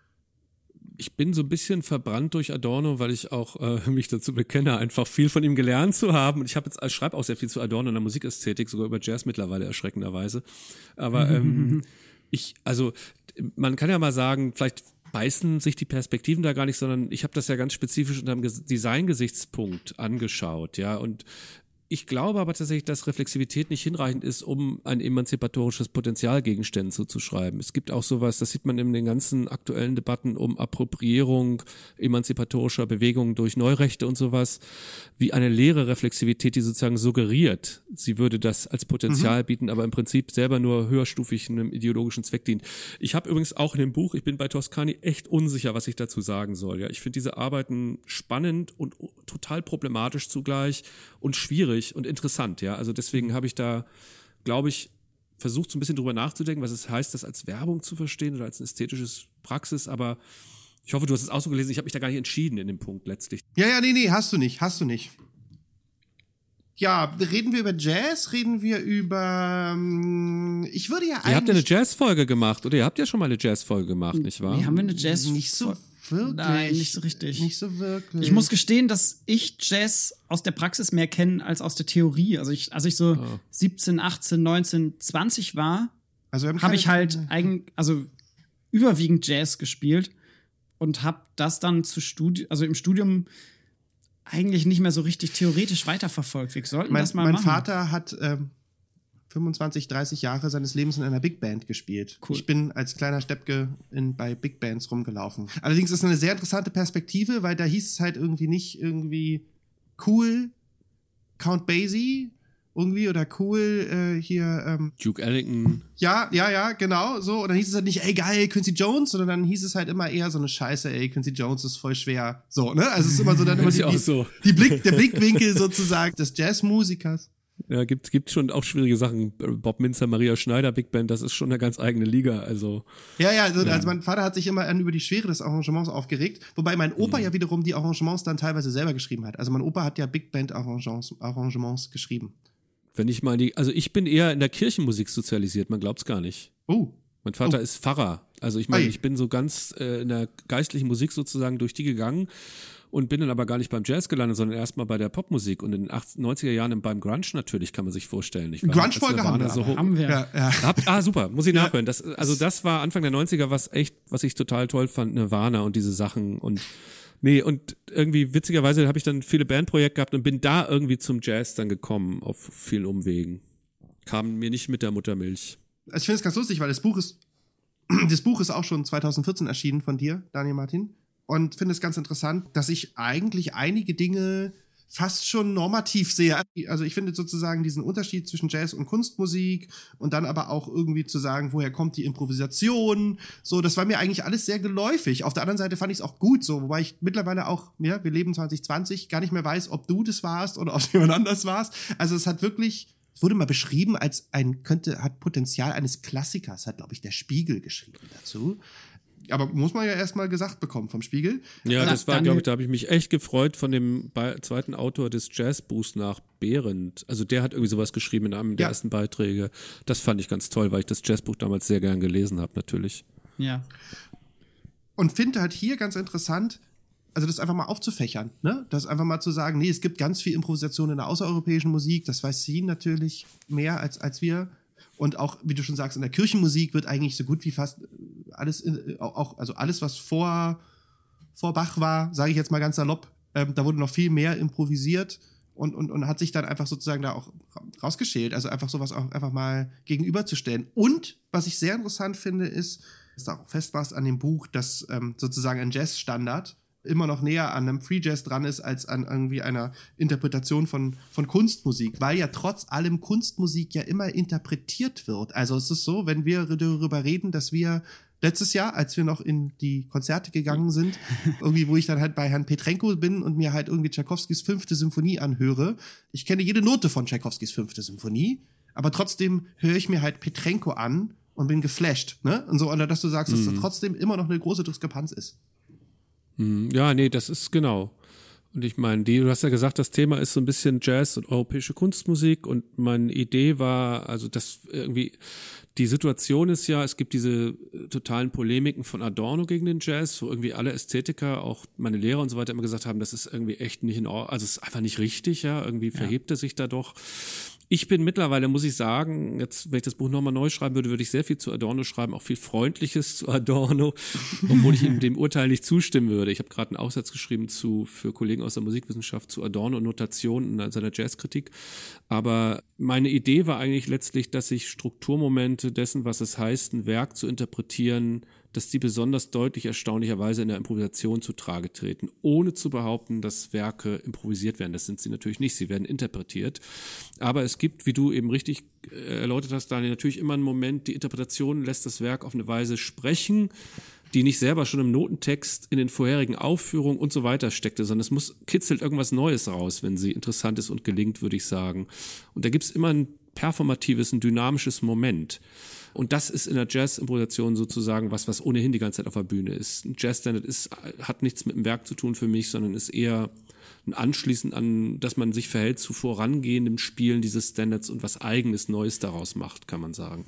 Ich bin so ein bisschen verbrannt durch Adorno, weil ich auch äh, mich dazu bekenne, einfach viel von ihm gelernt zu haben. Und ich habe jetzt, ich schreibe auch sehr viel zu Adorno in der Musikästhetik, sogar über Jazz mittlerweile erschreckenderweise. Aber ähm, ich, also man kann ja mal sagen, vielleicht beißen sich die Perspektiven da gar nicht, sondern ich habe das ja ganz spezifisch unter einem Ges- Design-Gesichtspunkt angeschaut, ja, und ich glaube aber tatsächlich, dass Reflexivität nicht hinreichend ist, um ein emanzipatorisches Potenzial Gegenständen zuzuschreiben. Es gibt auch sowas, das sieht man in den ganzen aktuellen Debatten um Appropriierung emanzipatorischer Bewegungen durch Neurechte und sowas, wie eine leere Reflexivität, die sozusagen suggeriert, sie würde das als Potenzial bieten, aber im Prinzip selber nur höherstufig einem ideologischen Zweck dient. Ich habe übrigens auch in dem Buch, ich bin bei Toscani echt unsicher, was ich dazu sagen soll. Ja, ich finde diese Arbeiten spannend und total problematisch zugleich und schwierig und interessant, ja. Also deswegen habe ich da, glaube ich, versucht, so ein bisschen drüber nachzudenken, was es heißt, das als Werbung zu verstehen oder als ein ästhetisches Praxis, aber ich hoffe, du hast es auch so gelesen. Ich habe mich da gar nicht entschieden in dem Punkt letztlich. Ja, ja, nee, nee, hast du nicht, hast du nicht. Ja, reden wir über Jazz? Reden wir über. Ähm, ich würde ja eigentlich. Ihr habt ja eine Jazz-Folge gemacht, oder? Ihr habt ja schon mal eine Jazz-Folge gemacht, nicht wahr? Nee, haben wir eine Jazz? Nicht so wirklich. Nein, nicht so richtig. Nicht so wirklich. Ich muss gestehen, dass ich Jazz aus der Praxis mehr kenne als aus der Theorie. Also ich, als ich so oh. siebzehn, achtzehn, neunzehn, zwanzig war, also habe hab ich halt eigen, also überwiegend Jazz gespielt und habe das dann zu Studi- also im Studium eigentlich nicht mehr so richtig theoretisch weiterverfolgt. Wir sollten mein, das mal mein machen. Mein Vater hat ähm, fünfundzwanzig, dreißig Jahre seines Lebens in einer Big Band gespielt. Cool. Ich bin als kleiner Steppke in, bei Big Bands rumgelaufen. Allerdings ist es eine sehr interessante Perspektive, weil da hieß es halt irgendwie nicht irgendwie cool Count Basie irgendwie oder cool äh, hier ähm, Duke Ellington. Ja, ja, ja, genau, so. Und dann hieß es halt nicht, ey, geil, Quincy Jones, sondern dann hieß es halt immer eher so eine Scheiße, ey, Quincy Jones ist voll schwer. So, ne? Also es ist immer so dann immer die, die, so. die Blick, der Blickwinkel sozusagen des Jazzmusikers. Ja, gibt, gibt schon auch schwierige Sachen. Bob Minzer, Maria Schneider, Big Band, das ist schon eine ganz eigene Liga, also. Ja, ja, also, ja. also mein Vater hat sich immer über die Schwere des Arrangements aufgeregt, wobei mein Opa mhm. ja wiederum die Arrangements dann teilweise selber geschrieben hat. Also mein Opa hat ja Big Band Arrangements, Arrangements geschrieben. Wenn ich mal die, also ich bin eher in der Kirchenmusik sozialisiert, man glaubt's gar nicht. Oh. Mein Vater oh. ist Pfarrer. Also ich meine, ich bin so ganz äh, in der geistlichen Musik sozusagen durch die gegangen und bin dann aber gar nicht beim Jazz gelandet, sondern erstmal bei der Popmusik und in den achtziger, neunziger Jahren beim Grunge natürlich, kann man sich vorstellen. Grunge-Folge haben wir, so haben wir. Ja, ja. Habt, ah, super, muss ich ja. nachhören. Das, also das war Anfang der neunziger, was echt, was ich total toll fand, Nirvana und diese Sachen und nee, und irgendwie witzigerweise habe ich dann viele Bandprojekte gehabt und bin da irgendwie zum Jazz dann gekommen, auf vielen Umwegen. Kam mir nicht mit der Muttermilch. Also ich finde es ganz lustig, weil das Buch ist, das Buch ist auch schon zwanzig vierzehn erschienen von dir, Daniel Martin. Und finde es ganz interessant, dass ich eigentlich einige Dinge fast schon normativ sehe. Also ich finde sozusagen diesen Unterschied zwischen Jazz und Kunstmusik und dann aber auch irgendwie zu sagen, woher kommt die Improvisation, so, das war mir eigentlich alles sehr geläufig. Auf der anderen Seite fand ich es auch gut so, wobei ich mittlerweile auch, ja, wir leben zwanzig zwanzig, gar nicht mehr weiß, ob du das warst oder ob jemand anders warst. Also es hat wirklich, es wurde mal beschrieben als ein, könnte, hat Potenzial eines Klassikers, hat, glaube ich, der Spiegel geschrieben dazu. Aber muss man ja erstmal gesagt bekommen vom Spiegel. Ja, das war, glaube ich, da habe ich mich echt gefreut von dem Be- zweiten Autor des Jazzbuchs nach Behrendt. Also der hat irgendwie sowas geschrieben in einem der ja. ersten Beiträge. Das fand ich ganz toll, weil ich das Jazzbuch damals sehr gern gelesen habe, natürlich. Ja. Und finde halt hier ganz interessant, also das einfach mal aufzufächern, ne? Das einfach mal zu sagen, nee, es gibt ganz viel Improvisation in der außereuropäischen Musik, das weiß sie natürlich mehr als, als wir. Und auch, wie du schon sagst, in der Kirchenmusik wird eigentlich so gut wie fast alles, auch, also alles, was vor, vor Bach war, sage ich jetzt mal ganz salopp, ähm, da wurde noch viel mehr improvisiert und, und, und hat sich dann einfach sozusagen da auch rausgeschält. Also einfach sowas auch einfach mal gegenüberzustellen. Und was ich sehr interessant finde, ist, dass du auch festmachst an dem Buch, dass ähm, sozusagen ein Jazzstandard immer noch näher an einem Free Jazz dran ist, als an irgendwie einer Interpretation von, von Kunstmusik, weil ja trotz allem Kunstmusik ja immer interpretiert wird. Also es ist so, wenn wir darüber reden, dass wir letztes Jahr, als wir noch in die Konzerte gegangen sind, irgendwie, wo ich dann halt bei Herrn Petrenko bin und mir halt irgendwie Tschaikowskis fünfte Symphonie anhöre. Ich kenne jede Note von Tschaikowskis fünfte Symphonie, aber trotzdem höre ich mir halt Petrenko an und bin geflasht, ne? Und so, oder dass du sagst, dass mhm. da trotzdem immer noch eine große Diskrepanz ist. Ja, nee, das ist genau. Und ich meine, die, du hast ja gesagt, das Thema ist so ein bisschen Jazz und europäische Kunstmusik und meine Idee war, also das irgendwie, die Situation ist ja, es gibt diese totalen Polemiken von Adorno gegen den Jazz, wo irgendwie alle Ästhetiker, auch meine Lehrer und so weiter immer gesagt haben, das ist irgendwie echt nicht in Ordnung, also es ist einfach nicht richtig, ja, irgendwie verhebt er sich da doch. Ich bin mittlerweile, muss ich sagen, jetzt, wenn ich das Buch nochmal neu schreiben würde, würde ich sehr viel zu Adorno schreiben, auch viel Freundliches zu Adorno, obwohl ich ihm dem Urteil nicht zustimmen würde. Ich habe gerade einen Aufsatz geschrieben zu für Kollegen aus der Musikwissenschaft zu Adorno und Notation in seiner Jazzkritik. Aber meine Idee war eigentlich letztlich, dass ich Strukturmomente dessen, was es heißt, ein Werk zu interpretieren, dass die besonders deutlich erstaunlicherweise in der Improvisation zutage treten, ohne zu behaupten, dass Werke improvisiert werden. Das sind sie natürlich nicht, sie werden interpretiert. Aber es gibt, wie du eben richtig erläutert hast, Daniel, natürlich immer einen Moment, die Interpretation lässt das Werk auf eine Weise sprechen, die nicht selber schon im Notentext in den vorherigen Aufführungen und so weiter steckte, sondern es muss kitzelt irgendwas Neues raus, wenn sie interessant ist und gelingt, würde ich sagen. Und da gibt es immer ein performatives, ein dynamisches Moment. Und das ist in der Jazz-Improvisation sozusagen was, was ohnehin die ganze Zeit auf der Bühne ist. Ein Jazz-Standard ist, hat nichts mit dem Werk zu tun für mich, sondern ist eher ein Anschließen an, dass man sich verhält zu vorangehendem Spielen dieses Standards und was Eigenes, Neues daraus macht, kann man sagen.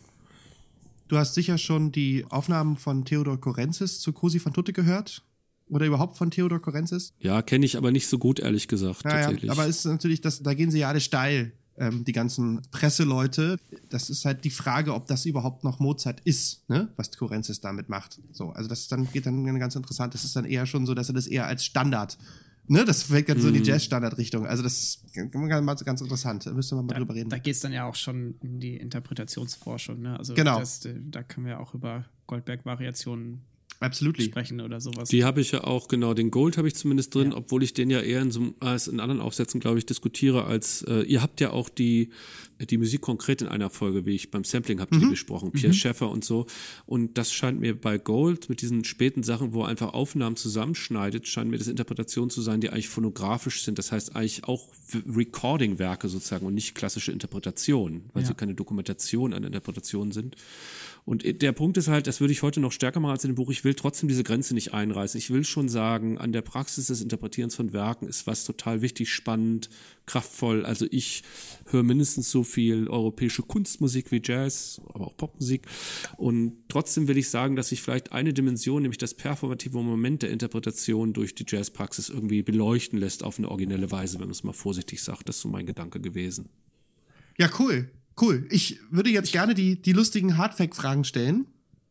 Du hast sicher schon die Aufnahmen von Theodor Korenzis zu Cosi fan tutte gehört? Oder überhaupt von Theodor Korenzis? Ja, kenne ich aber nicht so gut, ehrlich gesagt. Ja, tatsächlich. Ja, aber es ist natürlich, das, da gehen sie ja alle steil, ähm, die ganzen Presseleute. Das ist halt die Frage, ob das überhaupt noch Mozart ist, ne? Was Korenzis damit macht. So, also das ist dann, geht dann ganz interessant. Das ist dann eher schon so, dass er das eher als Standard, ne? Das fällt dann so in die Jazz-Standard-Richtung. Also das ist ganz, ganz interessant. Da müssen wir mal da, drüber reden. Da geht es dann ja auch schon in die Interpretationsforschung, ne? Also genau. Das, da können wir auch über Goldberg-Variationen Absolutely. sprechen oder sowas. Die habe ich ja auch, genau, den Gold habe ich zumindest drin, ja. obwohl ich den ja eher in so als in anderen Aufsätzen, glaube ich, diskutiere, als äh, ihr habt ja auch die, die Musik konkret in einer Folge, wie ich beim Sampling habt ihr mhm. die besprochen, Pierre mhm. Schaeffer und so. Und das scheint mir bei Gold mit diesen späten Sachen, wo er einfach Aufnahmen zusammenschneidet, scheint mir das Interpretationen zu sein, die eigentlich phonografisch sind. Das heißt eigentlich auch Recording-Werke sozusagen und nicht klassische Interpretationen, weil ja. sie keine Dokumentation an Interpretationen sind. Und der Punkt ist halt, das würde ich heute noch stärker machen als in dem Buch, ich will trotzdem diese Grenze nicht einreißen. Ich will schon sagen, an der Praxis des Interpretierens von Werken ist was total wichtig, spannend, kraftvoll. Also ich höre mindestens so viel europäische Kunstmusik wie Jazz, aber auch Popmusik. Und trotzdem will ich sagen, dass sich vielleicht eine Dimension, nämlich das performative Moment der Interpretation durch die Jazzpraxis irgendwie beleuchten lässt auf eine originelle Weise, wenn man es mal vorsichtig sagt. Das ist so mein Gedanke gewesen. Ja, cool. Cool. Ich würde jetzt gerne die, die lustigen Hardfact-Fragen stellen.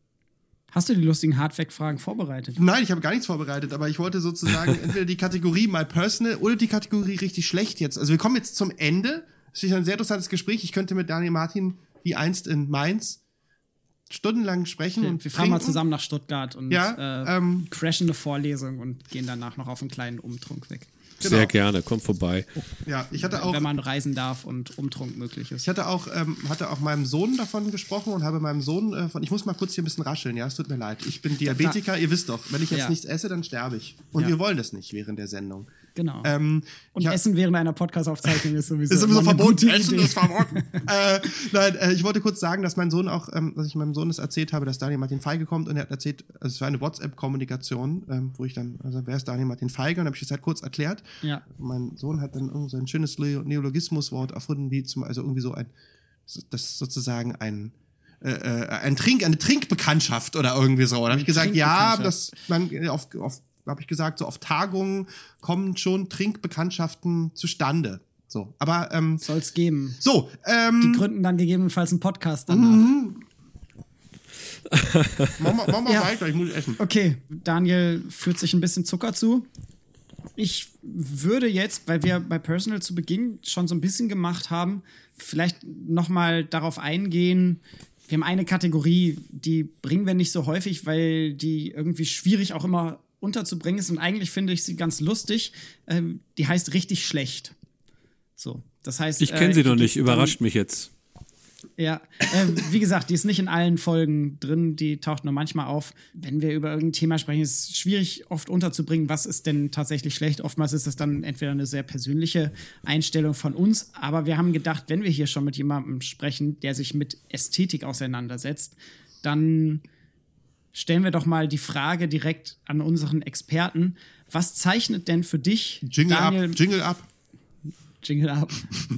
Hast du die lustigen Hardfact-Fragen vorbereitet? Nein, ich habe gar nichts vorbereitet, aber ich wollte sozusagen entweder die Kategorie My Personal oder die Kategorie richtig schlecht jetzt. Also wir kommen jetzt zum Ende. Das ist ein sehr interessantes Gespräch. Ich könnte mit Daniel Martin wie einst in Mainz stundenlang sprechen. Wir, und wir fahren mal zusammen nach Stuttgart und ja, äh, ähm, crashen eine Vorlesung und gehen danach noch auf einen kleinen Umtrunk weg. Genau. Sehr gerne, kommt vorbei. Ja, ich hatte auch, wenn man reisen darf und Umtrunk möglich ist. Ich hatte auch, ähm, hatte auch meinem Sohn davon gesprochen und habe meinem Sohn äh, von, ich muss mal kurz hier ein bisschen rascheln, ja, es tut mir leid. Ich bin Diabetiker, ihr wisst doch, wenn ich jetzt ja. nichts esse, dann sterbe ich. Und ja. wir wollen das nicht während der Sendung. Genau. Ähm, und hab, Essen während einer Podcast-Aufzeichnung ist sowieso, ist sowieso verboten. Essen ist verboten. äh, nein, äh, ich wollte kurz sagen, dass mein Sohn auch, ähm, dass ich meinem Sohn das erzählt habe, dass Daniel Martin Feige kommt und er hat erzählt, also es war eine WhatsApp-Kommunikation, ähm, wo ich dann, also wer ist Daniel Martin Feige? Und habe ich das halt kurz erklärt. Ja. Mein Sohn hat dann irgend so ein schönes Neologismuswort erfunden, wie zum, also irgendwie so ein, das ist sozusagen ein Äh, ein Trink, eine Trinkbekanntschaft oder irgendwie so. Da habe ich gesagt, ja, das man auf, auf habe ich gesagt, so auf Tagungen kommen schon Trinkbekanntschaften zustande. So, aber ähm, soll's geben. So, ähm, die gründen dann gegebenenfalls einen Podcast danach. Mhm. mach mal, mach mal ja. weiter, ich muss essen. Okay, Daniel führt sich ein bisschen Zucker zu. Ich würde jetzt, weil wir bei Personal zu Beginn schon so ein bisschen gemacht haben, vielleicht noch mal darauf eingehen. Wir haben eine Kategorie, die bringen wir nicht so häufig, weil die irgendwie schwierig auch immer unterzubringen ist. Und eigentlich finde ich sie ganz lustig. Ähm, die heißt richtig schlecht. So, das heißt. Ich kenne äh, sie noch nicht, überrascht mich jetzt. Ja, äh, wie gesagt, die ist nicht in allen Folgen drin, die taucht nur manchmal auf. Wenn wir über irgendein Thema sprechen, ist es schwierig oft unterzubringen, was ist denn tatsächlich schlecht. Oftmals ist das dann entweder eine sehr persönliche Einstellung von uns, aber wir haben gedacht, wenn wir hier schon mit jemandem sprechen, der sich mit Ästhetik auseinandersetzt, dann stellen wir doch mal die Frage direkt an unseren Experten. Was zeichnet denn für dich, Jingle Daniel... Up, Jingle Up. Jingle Up.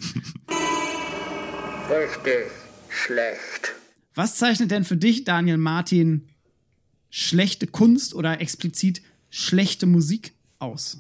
Richtig schlecht. Was zeichnet denn für dich, Daniel Martin, schlechte Kunst oder explizit schlechte Musik aus?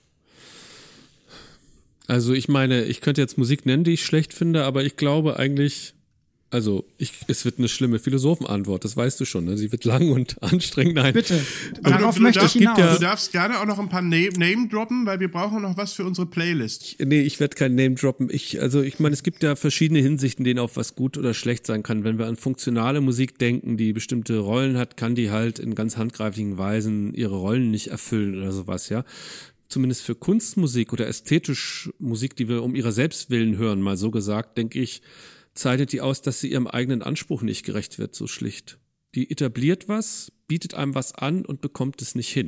Also ich meine, ich könnte jetzt Musik nennen, die ich schlecht finde, aber ich glaube eigentlich, also ich, es wird eine schlimme Philosophenantwort, das weißt du schon, ne? Sie wird lang und anstrengend. Nein. Bitte, aber darauf du, du möchte darfst, ich hinaus. Ja, du darfst gerne auch noch ein paar Name, Name droppen, weil wir brauchen noch was für unsere Playlist. Ich, nee, ich werde kein Name droppen. Ich, also ich meine, es gibt ja verschiedene Hinsichten, denen auf was gut oder schlecht sein kann. Wenn wir an funktionale Musik denken, die bestimmte Rollen hat, kann die halt in ganz handgreiflichen Weisen ihre Rollen nicht erfüllen oder sowas, ja. Zumindest für Kunstmusik oder ästhetisch Musik, die wir um ihrer selbst willen hören, mal so gesagt, denke ich, zeichnet die aus, dass sie ihrem eigenen Anspruch nicht gerecht wird, so schlicht. Die etabliert was, bietet einem was an und bekommt es nicht hin.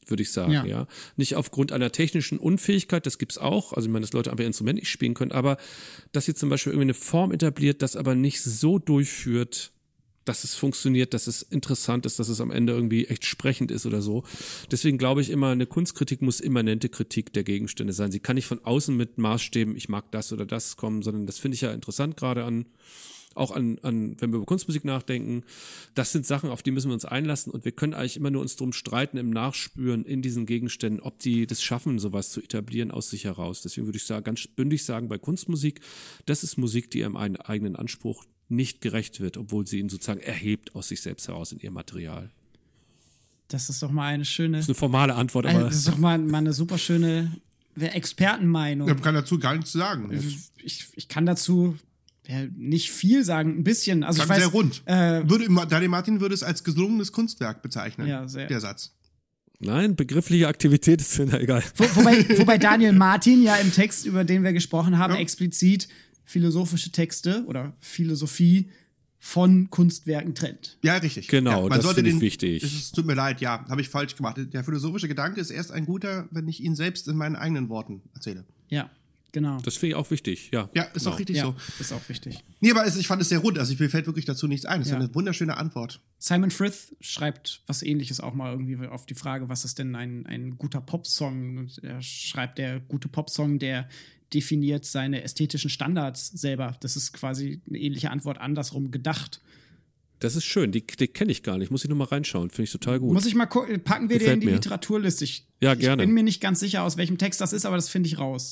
würde ich sagen, ja. ja. Nicht aufgrund einer technischen Unfähigkeit, das gibt's auch, also ich meine, dass Leute einfach ihr Instrument nicht spielen können, aber dass sie zum Beispiel irgendwie eine Form etabliert, das aber nicht so durchführt, dass es funktioniert, dass es interessant ist, dass es am Ende irgendwie echt sprechend ist oder so. Deswegen glaube ich immer, eine Kunstkritik muss immanente Kritik der Gegenstände sein. Sie kann nicht von außen mit Maßstäben, ich mag das oder das kommen, sondern das finde ich ja interessant, gerade an auch an, an, wenn wir über Kunstmusik nachdenken, das sind Sachen, auf die müssen wir uns einlassen und wir können eigentlich immer nur uns drum streiten im Nachspüren in diesen Gegenständen, ob die das schaffen, sowas zu etablieren aus sich heraus. Deswegen würde ich sagen, ganz bündig sagen, bei Kunstmusik, das ist Musik, die ihrem eigenen Anspruch nicht gerecht wird, obwohl sie ihn sozusagen erhebt aus sich selbst heraus in ihr Material. Das ist doch mal eine schöne... Das ist eine formale Antwort, aber... Das ist doch mal, mal eine super schöne Expertenmeinung. Ich kann dazu gar nichts sagen. Ich, ich kann dazu... Ja, nicht viel sagen, ein bisschen. Also ich weiß, sehr rund. Äh, würde, Daniel Martin würde es als gelungenes Kunstwerk bezeichnen, ja, sehr. der Satz. Nein, begriffliche Aktivität ist mir egal. Wo, wobei, wobei Daniel Martin ja im Text, über den wir gesprochen haben, ja. explizit philosophische Texte oder Philosophie von Kunstwerken trennt. Ja, richtig. Genau, ja, man das finde ich den, wichtig. Es tut mir leid, ja, habe ich falsch gemacht. Der philosophische Gedanke ist erst ein guter, wenn ich ihn selbst in meinen eigenen Worten erzähle. Ja. Genau. Das finde ich auch wichtig, ja. Ja, ist genau. auch richtig ja, so. Ist auch wichtig. Nee, aber es, ich fand es sehr rund. Also mir fällt wirklich dazu nichts ein. Das ja. ist eine wunderschöne Antwort. Simon Frith schreibt was Ähnliches auch mal irgendwie auf die Frage, was ist denn ein, ein guter Popsong? Und er schreibt, der gute Popsong, der definiert seine ästhetischen Standards selber. Das ist quasi eine ähnliche Antwort andersrum gedacht. Das ist schön, die, die kenne ich gar nicht. Muss ich noch mal reinschauen, finde ich total gut. Muss ich mal gucken, packen wir den in die mir. Literaturliste. Ich, ja, gerne. Ich bin mir nicht ganz sicher, aus welchem Text das ist, aber das finde ich raus.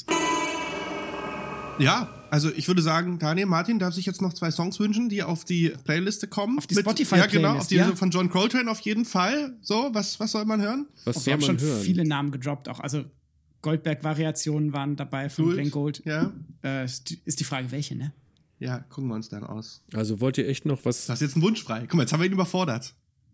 Ja, also ich würde sagen, Daniel Martin darf sich jetzt noch zwei Songs wünschen, die auf die Playliste kommen. Auf die Spotify-Playlist, ja, genau, auf die ja? von John Coltrane auf jeden Fall. So, was, was soll man hören? Was oh, soll wir haben man schon hören? viele Namen gedroppt, auch also Goldberg-Variationen waren dabei von Gold, Glenn Gould. Ja. Äh, ist die Frage, welche, ne? Ja, gucken wir uns dann aus. Also wollt ihr echt noch was... Du hast jetzt einen Wunsch frei. Guck mal, jetzt haben wir ihn überfordert.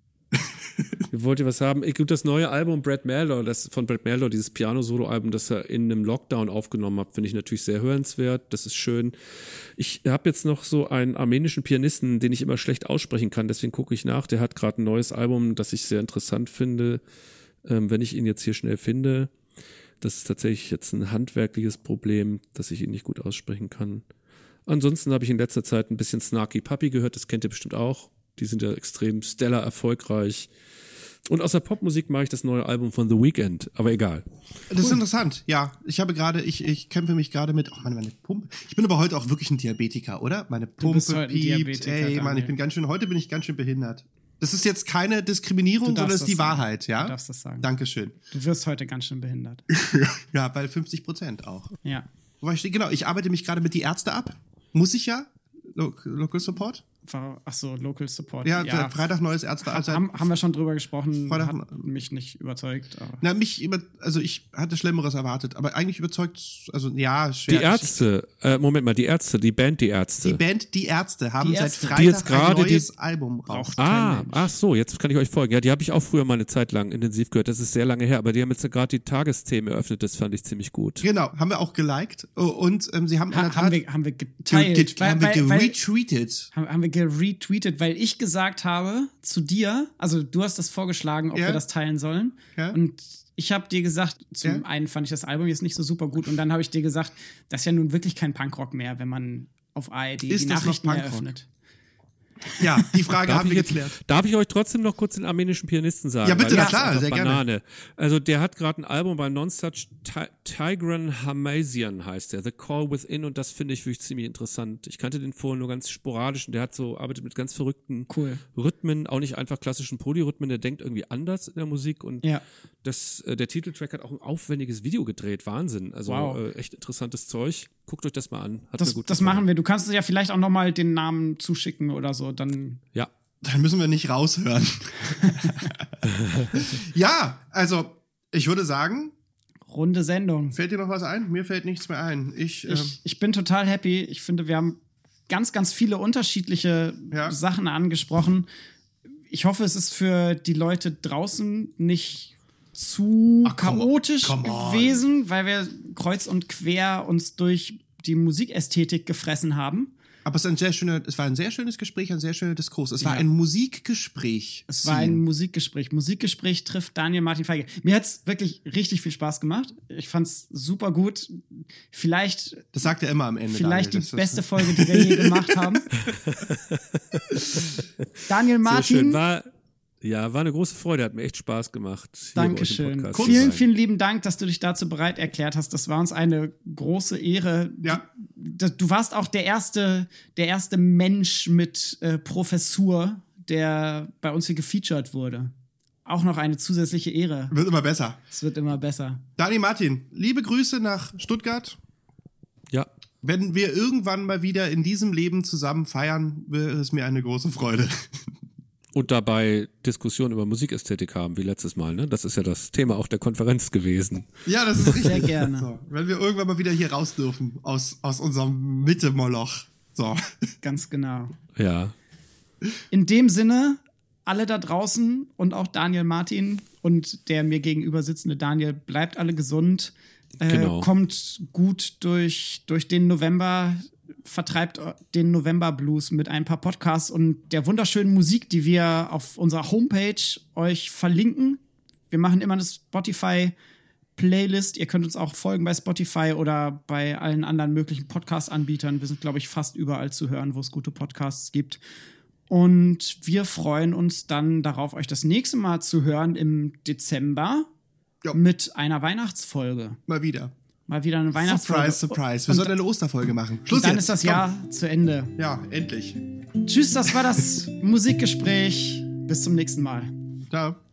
Wollt ihr was haben? Ich, das neue Album Brad Mehldau, das von Brad Mehldau, dieses Piano-Solo-Album, das er in einem Lockdown aufgenommen hat, finde ich natürlich sehr hörenswert. Das ist schön. Ich habe jetzt noch so einen armenischen Pianisten, den ich immer schlecht aussprechen kann, deswegen gucke ich nach. Der hat gerade ein neues Album, das ich sehr interessant finde, ähm, wenn ich ihn jetzt hier schnell finde. Das ist tatsächlich jetzt ein handwerkliches Problem, dass ich ihn nicht gut aussprechen kann. Ansonsten habe ich in letzter Zeit ein bisschen Snarky Puppy gehört, das kennt ihr bestimmt auch. Die sind ja extrem stellar erfolgreich. Und aus der Popmusik mache ich das neue Album von The Weeknd, aber egal. Das ist interessant, ja. Ich habe gerade, ich, ich kämpfe mich gerade mit, oh Mann, meine Pumpe. Ich bin aber heute auch wirklich ein Diabetiker, oder? Meine Pumpe bist heute ein piept, Diabetiker, ey, Mann, ich bin ganz schön, heute bin ich ganz schön behindert. Das ist jetzt keine Diskriminierung, sondern das ist die sagen. Wahrheit, ja? Du darfst das sagen. Dankeschön. Du wirst heute ganz schön behindert. Ja, weil fünfzig Prozent auch. Ja. Wobei ich, genau, ich arbeite mich gerade mit die Ärzte ab. Muss ich ja? Lo- Local Support? Ach so, Local Support. Ja, ja. Freitag neues Ärztealter. Haben, haben wir schon drüber gesprochen, Freitag, hat mich nicht überzeugt. Aber. Na, mich über, also ich hatte Schlimmeres erwartet, aber eigentlich überzeugt, also ja, schwer. Die Ärzte, äh, Moment mal, die Ärzte, die Band Die Ärzte. Die Band Die Ärzte haben Die seit Ärzte. Freitag Die jetzt ein gerade neues die- Album raus. Braucht kein Ah, Mensch. ach so, jetzt kann ich euch folgen. Ja, die habe ich auch früher mal eine Zeit lang intensiv gehört. Das ist sehr lange her, aber die haben jetzt gerade die Tagesthemen eröffnet. Das fand ich ziemlich gut. Genau, haben wir auch geliked. Oh, und ähm, sie haben in der Ha, Tat haben, wir, haben wir geteilt. ge- ge- weil, haben wir weil, weil, geretweetet. haben, haben wir geretweetet, weil ich gesagt habe zu dir, also du hast das vorgeschlagen, ob Ja. wir das teilen sollen. Ja. Und ich habe dir gesagt, zum Ja. einen fand ich das Album jetzt nicht so super gut und dann habe ich dir gesagt, das ist ja nun wirklich kein Punkrock mehr, wenn man auf A R D Ist die das noch Nachrichten Punkrock? eröffnet. Ja, die Frage Darf haben ich, wir jetzt, geklärt. darf ich euch trotzdem noch kurz den armenischen Pianisten sagen? Ja, bitte, Weil na das klar, ist einfach sehr gerne. Banane. Also der hat gerade ein Album bei Nonsuch, Ti- Tigran Hamazian heißt der, The Call Within, und das finde ich wirklich ziemlich interessant. Ich kannte den vorher nur ganz sporadisch und der hat so, arbeitet mit ganz verrückten Cool. Rhythmen, auch nicht einfach klassischen Polyrhythmen, der denkt irgendwie anders in der Musik und Ja. das, äh, der Titeltrack hat auch ein aufwendiges Video gedreht, Wahnsinn. Also Wow. äh, echt interessantes Zeug. Guckt euch das mal an. Hat Das, mir gut das gefallen. machen wir. Du kannst ja vielleicht auch noch mal den Namen zuschicken oder so. Dann Ja. Dann müssen wir nicht raushören. Ja, also ich würde sagen, runde Sendung. fällt dir noch was ein? Mir fällt nichts mehr ein. Ich, ähm, Ich, ich bin total happy. Ich finde, wir haben ganz, ganz viele unterschiedliche Ja. Sachen angesprochen. Ich hoffe, es ist für die Leute draußen nicht zu Ach, come on. chaotisch Come on. gewesen, weil wir kreuz und quer uns durch die Musikästhetik gefressen haben. Aber es, ist ein sehr schöner, es war ein sehr schönes Gespräch, ein sehr schöner Diskurs. Es war Ja. ein Musikgespräch. Es war ein Musikgespräch. Musikgespräch trifft Daniel Martin Feige. Mir hat's wirklich richtig viel Spaß gemacht. Ich fand's super gut. Vielleicht, Das sagt er immer am Ende. vielleicht Daniel, die das beste ist, Folge, die wir je gemacht haben. Daniel Sehr schön. Martin, War, ja, war eine große Freude, hat mir echt Spaß gemacht. hier bei euch im Dankeschön. Podcast zu Vielen, sein. vielen lieben Dank, dass du dich dazu bereit erklärt hast. Das war uns eine große Ehre. Ja. Du, du warst auch der erste, der erste Mensch mit äh, Professur, der bei uns hier gefeatured wurde. Auch noch eine zusätzliche Ehre. wird immer besser. Es wird immer besser. Dani Martin, liebe Grüße nach Stuttgart. Ja, Wenn wir irgendwann mal wieder in diesem Leben zusammen feiern, wäre es mir eine große Freude. und dabei Diskussionen über Musikästhetik haben, wie letztes Mal. Ne? Das ist ja das Thema auch der Konferenz gewesen. Ja, das ist richtig. Sehr gerne. So, wenn wir irgendwann mal wieder hier raus dürfen aus, aus unserem Mitte-Moloch. So. Ganz genau. Ja, In dem Sinne, alle da draußen und auch Daniel Martin und der mir gegenüber sitzende Daniel, bleibt alle gesund. Äh, Genau. Kommt gut durch, durch den November, vertreibt den November-Blues mit ein paar Podcasts und der wunderschönen Musik, die wir auf unserer Homepage euch verlinken. Wir machen immer eine Spotify-Playlist. Ihr könnt uns auch folgen bei Spotify oder bei allen anderen möglichen Podcast-Anbietern. Wir sind, glaube ich, fast überall zu hören, wo es gute Podcasts gibt. Und wir freuen uns dann darauf, euch das nächste Mal zu hören im Dezember Ja. mit einer Weihnachtsfolge. Mal wieder. Mal wieder eine Weihnachtsfolge. Surprise, surprise. Wir Und- sollen eine Osterfolge machen. Schluss Und dann jetzt. ist das Komm. Jahr zu Ende. Ja, endlich. Tschüss, das war das Musikgespräch. Bis zum nächsten Mal. Ciao.